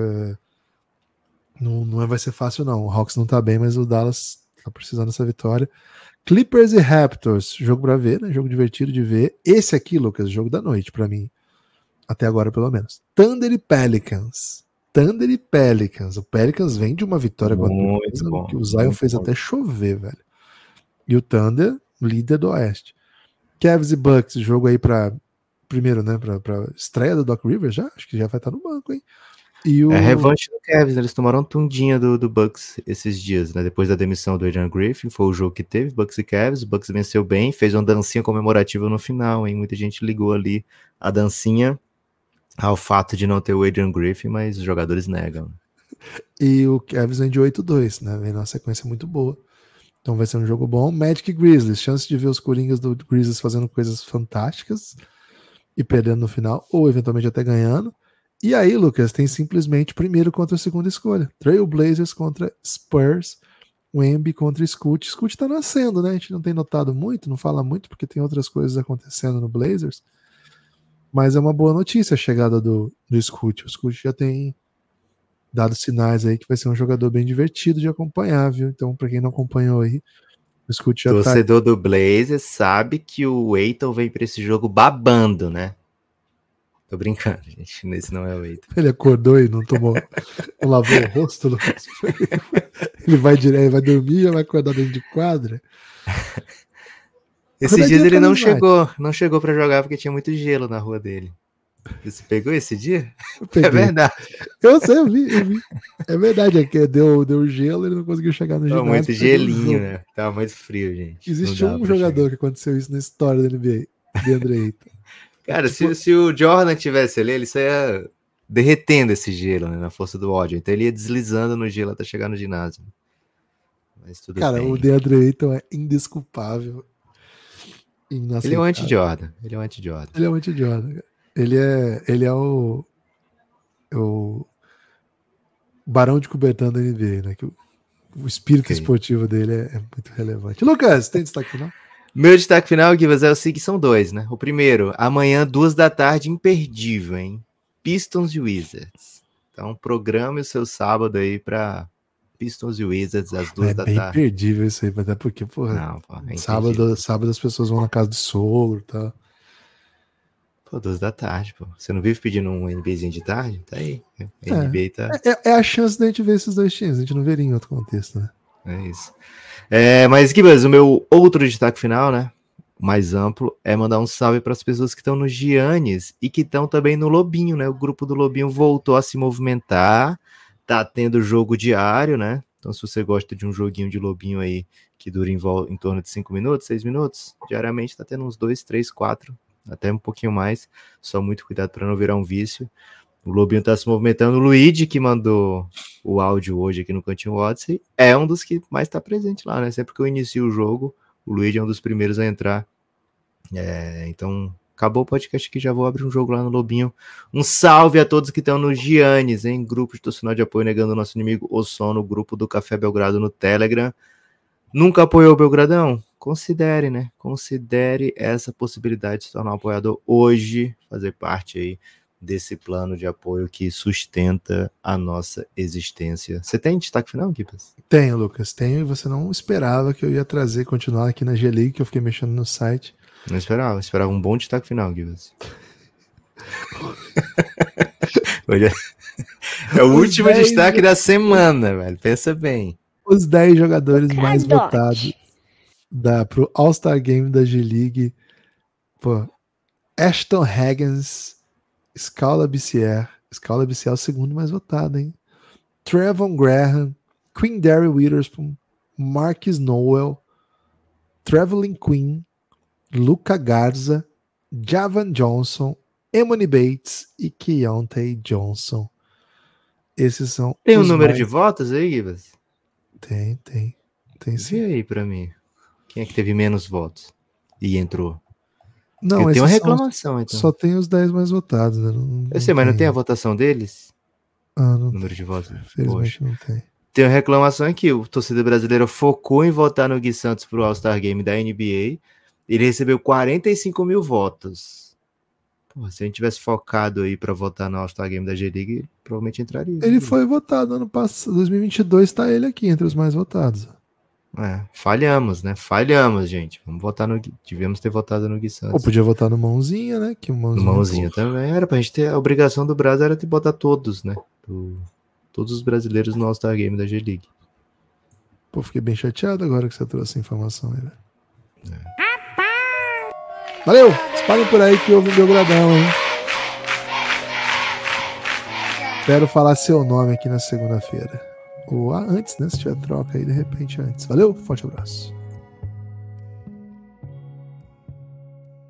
Não vai ser fácil, não. O Hawks não tá bem, mas o Dallas tá precisando dessa vitória. Clippers e Raptors, jogo pra ver, né? Jogo divertido de ver. Esse aqui, Lucas, jogo da noite pra mim. Até agora, pelo menos. Thunder e Pelicans. O Pelicans vem de uma vitória que o Zion fez até chover, velho. E o Thunder, líder do Oeste. Cavs e Bucks, jogo aí pra... Primeiro, né? Pra estreia do Doc Rivers já. Acho que já vai estar no banco, hein? Revanche do Cavs, né? Eles tomaram tundinha do Bucks esses dias, né? Depois da demissão do Adrian Griffin, foi o jogo que teve, Bucks e Cavs. O Bucks venceu bem, fez uma dancinha comemorativa no final, hein? Muita gente ligou ali a dancinha ao fato de não ter o Adrian Griffin, mas os jogadores negam. E o Cavs vem de 8-2, né? Vem numa sequência muito boa. Então vai ser um jogo bom. Magic e Grizzlies, chance de ver os Coringas do Grizzlies fazendo coisas fantásticas e perdendo no final, ou eventualmente até ganhando. E aí, Lucas, tem simplesmente primeiro contra a segunda escolha. Trail Blazers contra Spurs, Wemby contra Scoot. Scoot tá nascendo, né? A gente não tem notado muito, não fala muito, porque tem outras coisas acontecendo no Blazers. Mas é uma boa notícia a chegada do Scoot. O Scoot já tem dado sinais aí que vai ser um jogador bem divertido de acompanhar, viu? Então, pra quem não acompanhou aí, o Scoot já Torcedor do Blazers sabe que o Ayton vem pra esse jogo babando, né? Tô brincando, gente. Esse não é o Ayton. Ele acordou e não tomou, não lavou o rosto, Lucas. Ele vai direto, vai dormir e já vai acordar dentro de quadra. Esses dias ele não chegou pra jogar porque tinha muito gelo na rua dele. Você pegou esse dia? Peguei. É verdade. Eu sei, eu vi. É verdade, é que deu gelo, ele não conseguiu chegar no ginásio. Tava muito gelinho, né? Tava muito frio, gente. Existe um jogador que aconteceu isso na história da NBA, DeAndre Ayton. Cara, se o Jordan tivesse ali, ele saia derretendo esse gelo, né, na força do ódio. Então ele ia deslizando no gelo até chegar no ginásio. Mas tudo cara, bem. O DeAndre Ayton é indesculpável. Ele é um anti-Jordan. Ele é um anti-Jordan, cara. Ele é o Barão de Coubertin da NBA, né? Que o espírito esportivo dele é muito relevante. Lucas, tem destaque final? Meu destaque final, Givas, é o seguinte, são dois, né? O primeiro, amanhã, 2h, imperdível, hein? Pistons e Wizards. Então, programe o seu sábado aí pra Pistons e Wizards às 2h. É bem imperdível isso aí, até porque, porra, não, pô, sábado as pessoas vão na casa do sogro e tal. Pô, 2h, pô. Você não vive pedindo um NBAzinho de tarde? Tá aí. A NBA tá... É a chance da gente ver esses dois times, a gente não veria em outro contexto, né? É isso. Mas, Gibas, o meu outro destaque final, né? Mais amplo, é mandar um salve para as pessoas que estão no Giannis e que estão também no Lobinho, né? O grupo do Lobinho voltou a se movimentar, tá tendo jogo diário, né? Então, se você gosta de um joguinho de Lobinho aí que dura em torno de 5 minutos, 6 minutos, diariamente tá tendo uns 2, 3, 4, até um pouquinho mais. Só muito cuidado para não virar um vício. O Lobinho tá se movimentando. O Luigi, que mandou o áudio hoje aqui no Cantinho Odyssey, é um dos que mais tá presente lá, né? Sempre que eu inicio o jogo, o Luigi é um dos primeiros a entrar. Então, acabou o podcast aqui, já vou abrir um jogo lá no Lobinho. Um salve a todos que estão no Giannis, hein? Grupo de torcedor de apoio negando o nosso inimigo, o sono, grupo do Café Belgrado no Telegram. Nunca apoiou o Belgradão? Considere, né? Considere essa possibilidade de se tornar um apoiador hoje, fazer parte aí desse plano de apoio que sustenta a nossa existência. Você tem destaque final, Kipas? Tenho, Lucas, tenho, e você não esperava que eu ia continuar aqui na G-League, que eu fiquei mexendo no site. Não esperava um bom destaque final, Kipas. É o último destaque da semana, velho, pensa bem. Os 10 jogadores mais votados. pro All-Star Game da G-League. Pô, Ashton Hagens, Scala Bissier. Scala Bissier é o segundo mais votado, hein? Trevon Graham, Quindary Witherspoon, Marcus Noel, Trevelin Quinn, Luca Garza, Javan Johnson, Emoni Bates e Keontae Johnson. Esses são Tem um os número mais... de votos aí, Gibas? Tem Vê sim. aí pra mim. Quem é que teve menos votos e entrou? Não, eu tenho uma esses reclamação, então. Só tem os 10 mais votados, né? Eu sei, mas não tem a votação deles? Não Número tem. de votos? Infelizmente não tem. Tem uma reclamação aqui, o torcedor brasileiro focou em votar no Gui Santos pro All-Star Game da NBA. Ele recebeu 45 mil votos. Pô, se a gente tivesse focado aí pra votar no All-Star Game da G-League, provavelmente entraria. Ele foi votado ano passado, 2022 tá ele aqui entre os mais votados. Falhamos, né? Falhamos, gente. Vamos votar no Gui. Devíamos ter votado no Gui Santos. Ou podia votar no Mãozinha, né? Que o Mãozinha, no Mãozinha também. Era pra gente ter a obrigação do Brasil, era de botar todos, né? Todos os brasileiros no All-Star Game da G-League. Pô, fiquei bem chateado agora que você trouxe a informação aí, velho. Valeu! Espalhem por aí que houve um Belgradão, hein? Espero falar seu nome aqui na segunda-feira. Ou antes, né? Se tiver troca aí, de repente antes. Valeu, forte abraço.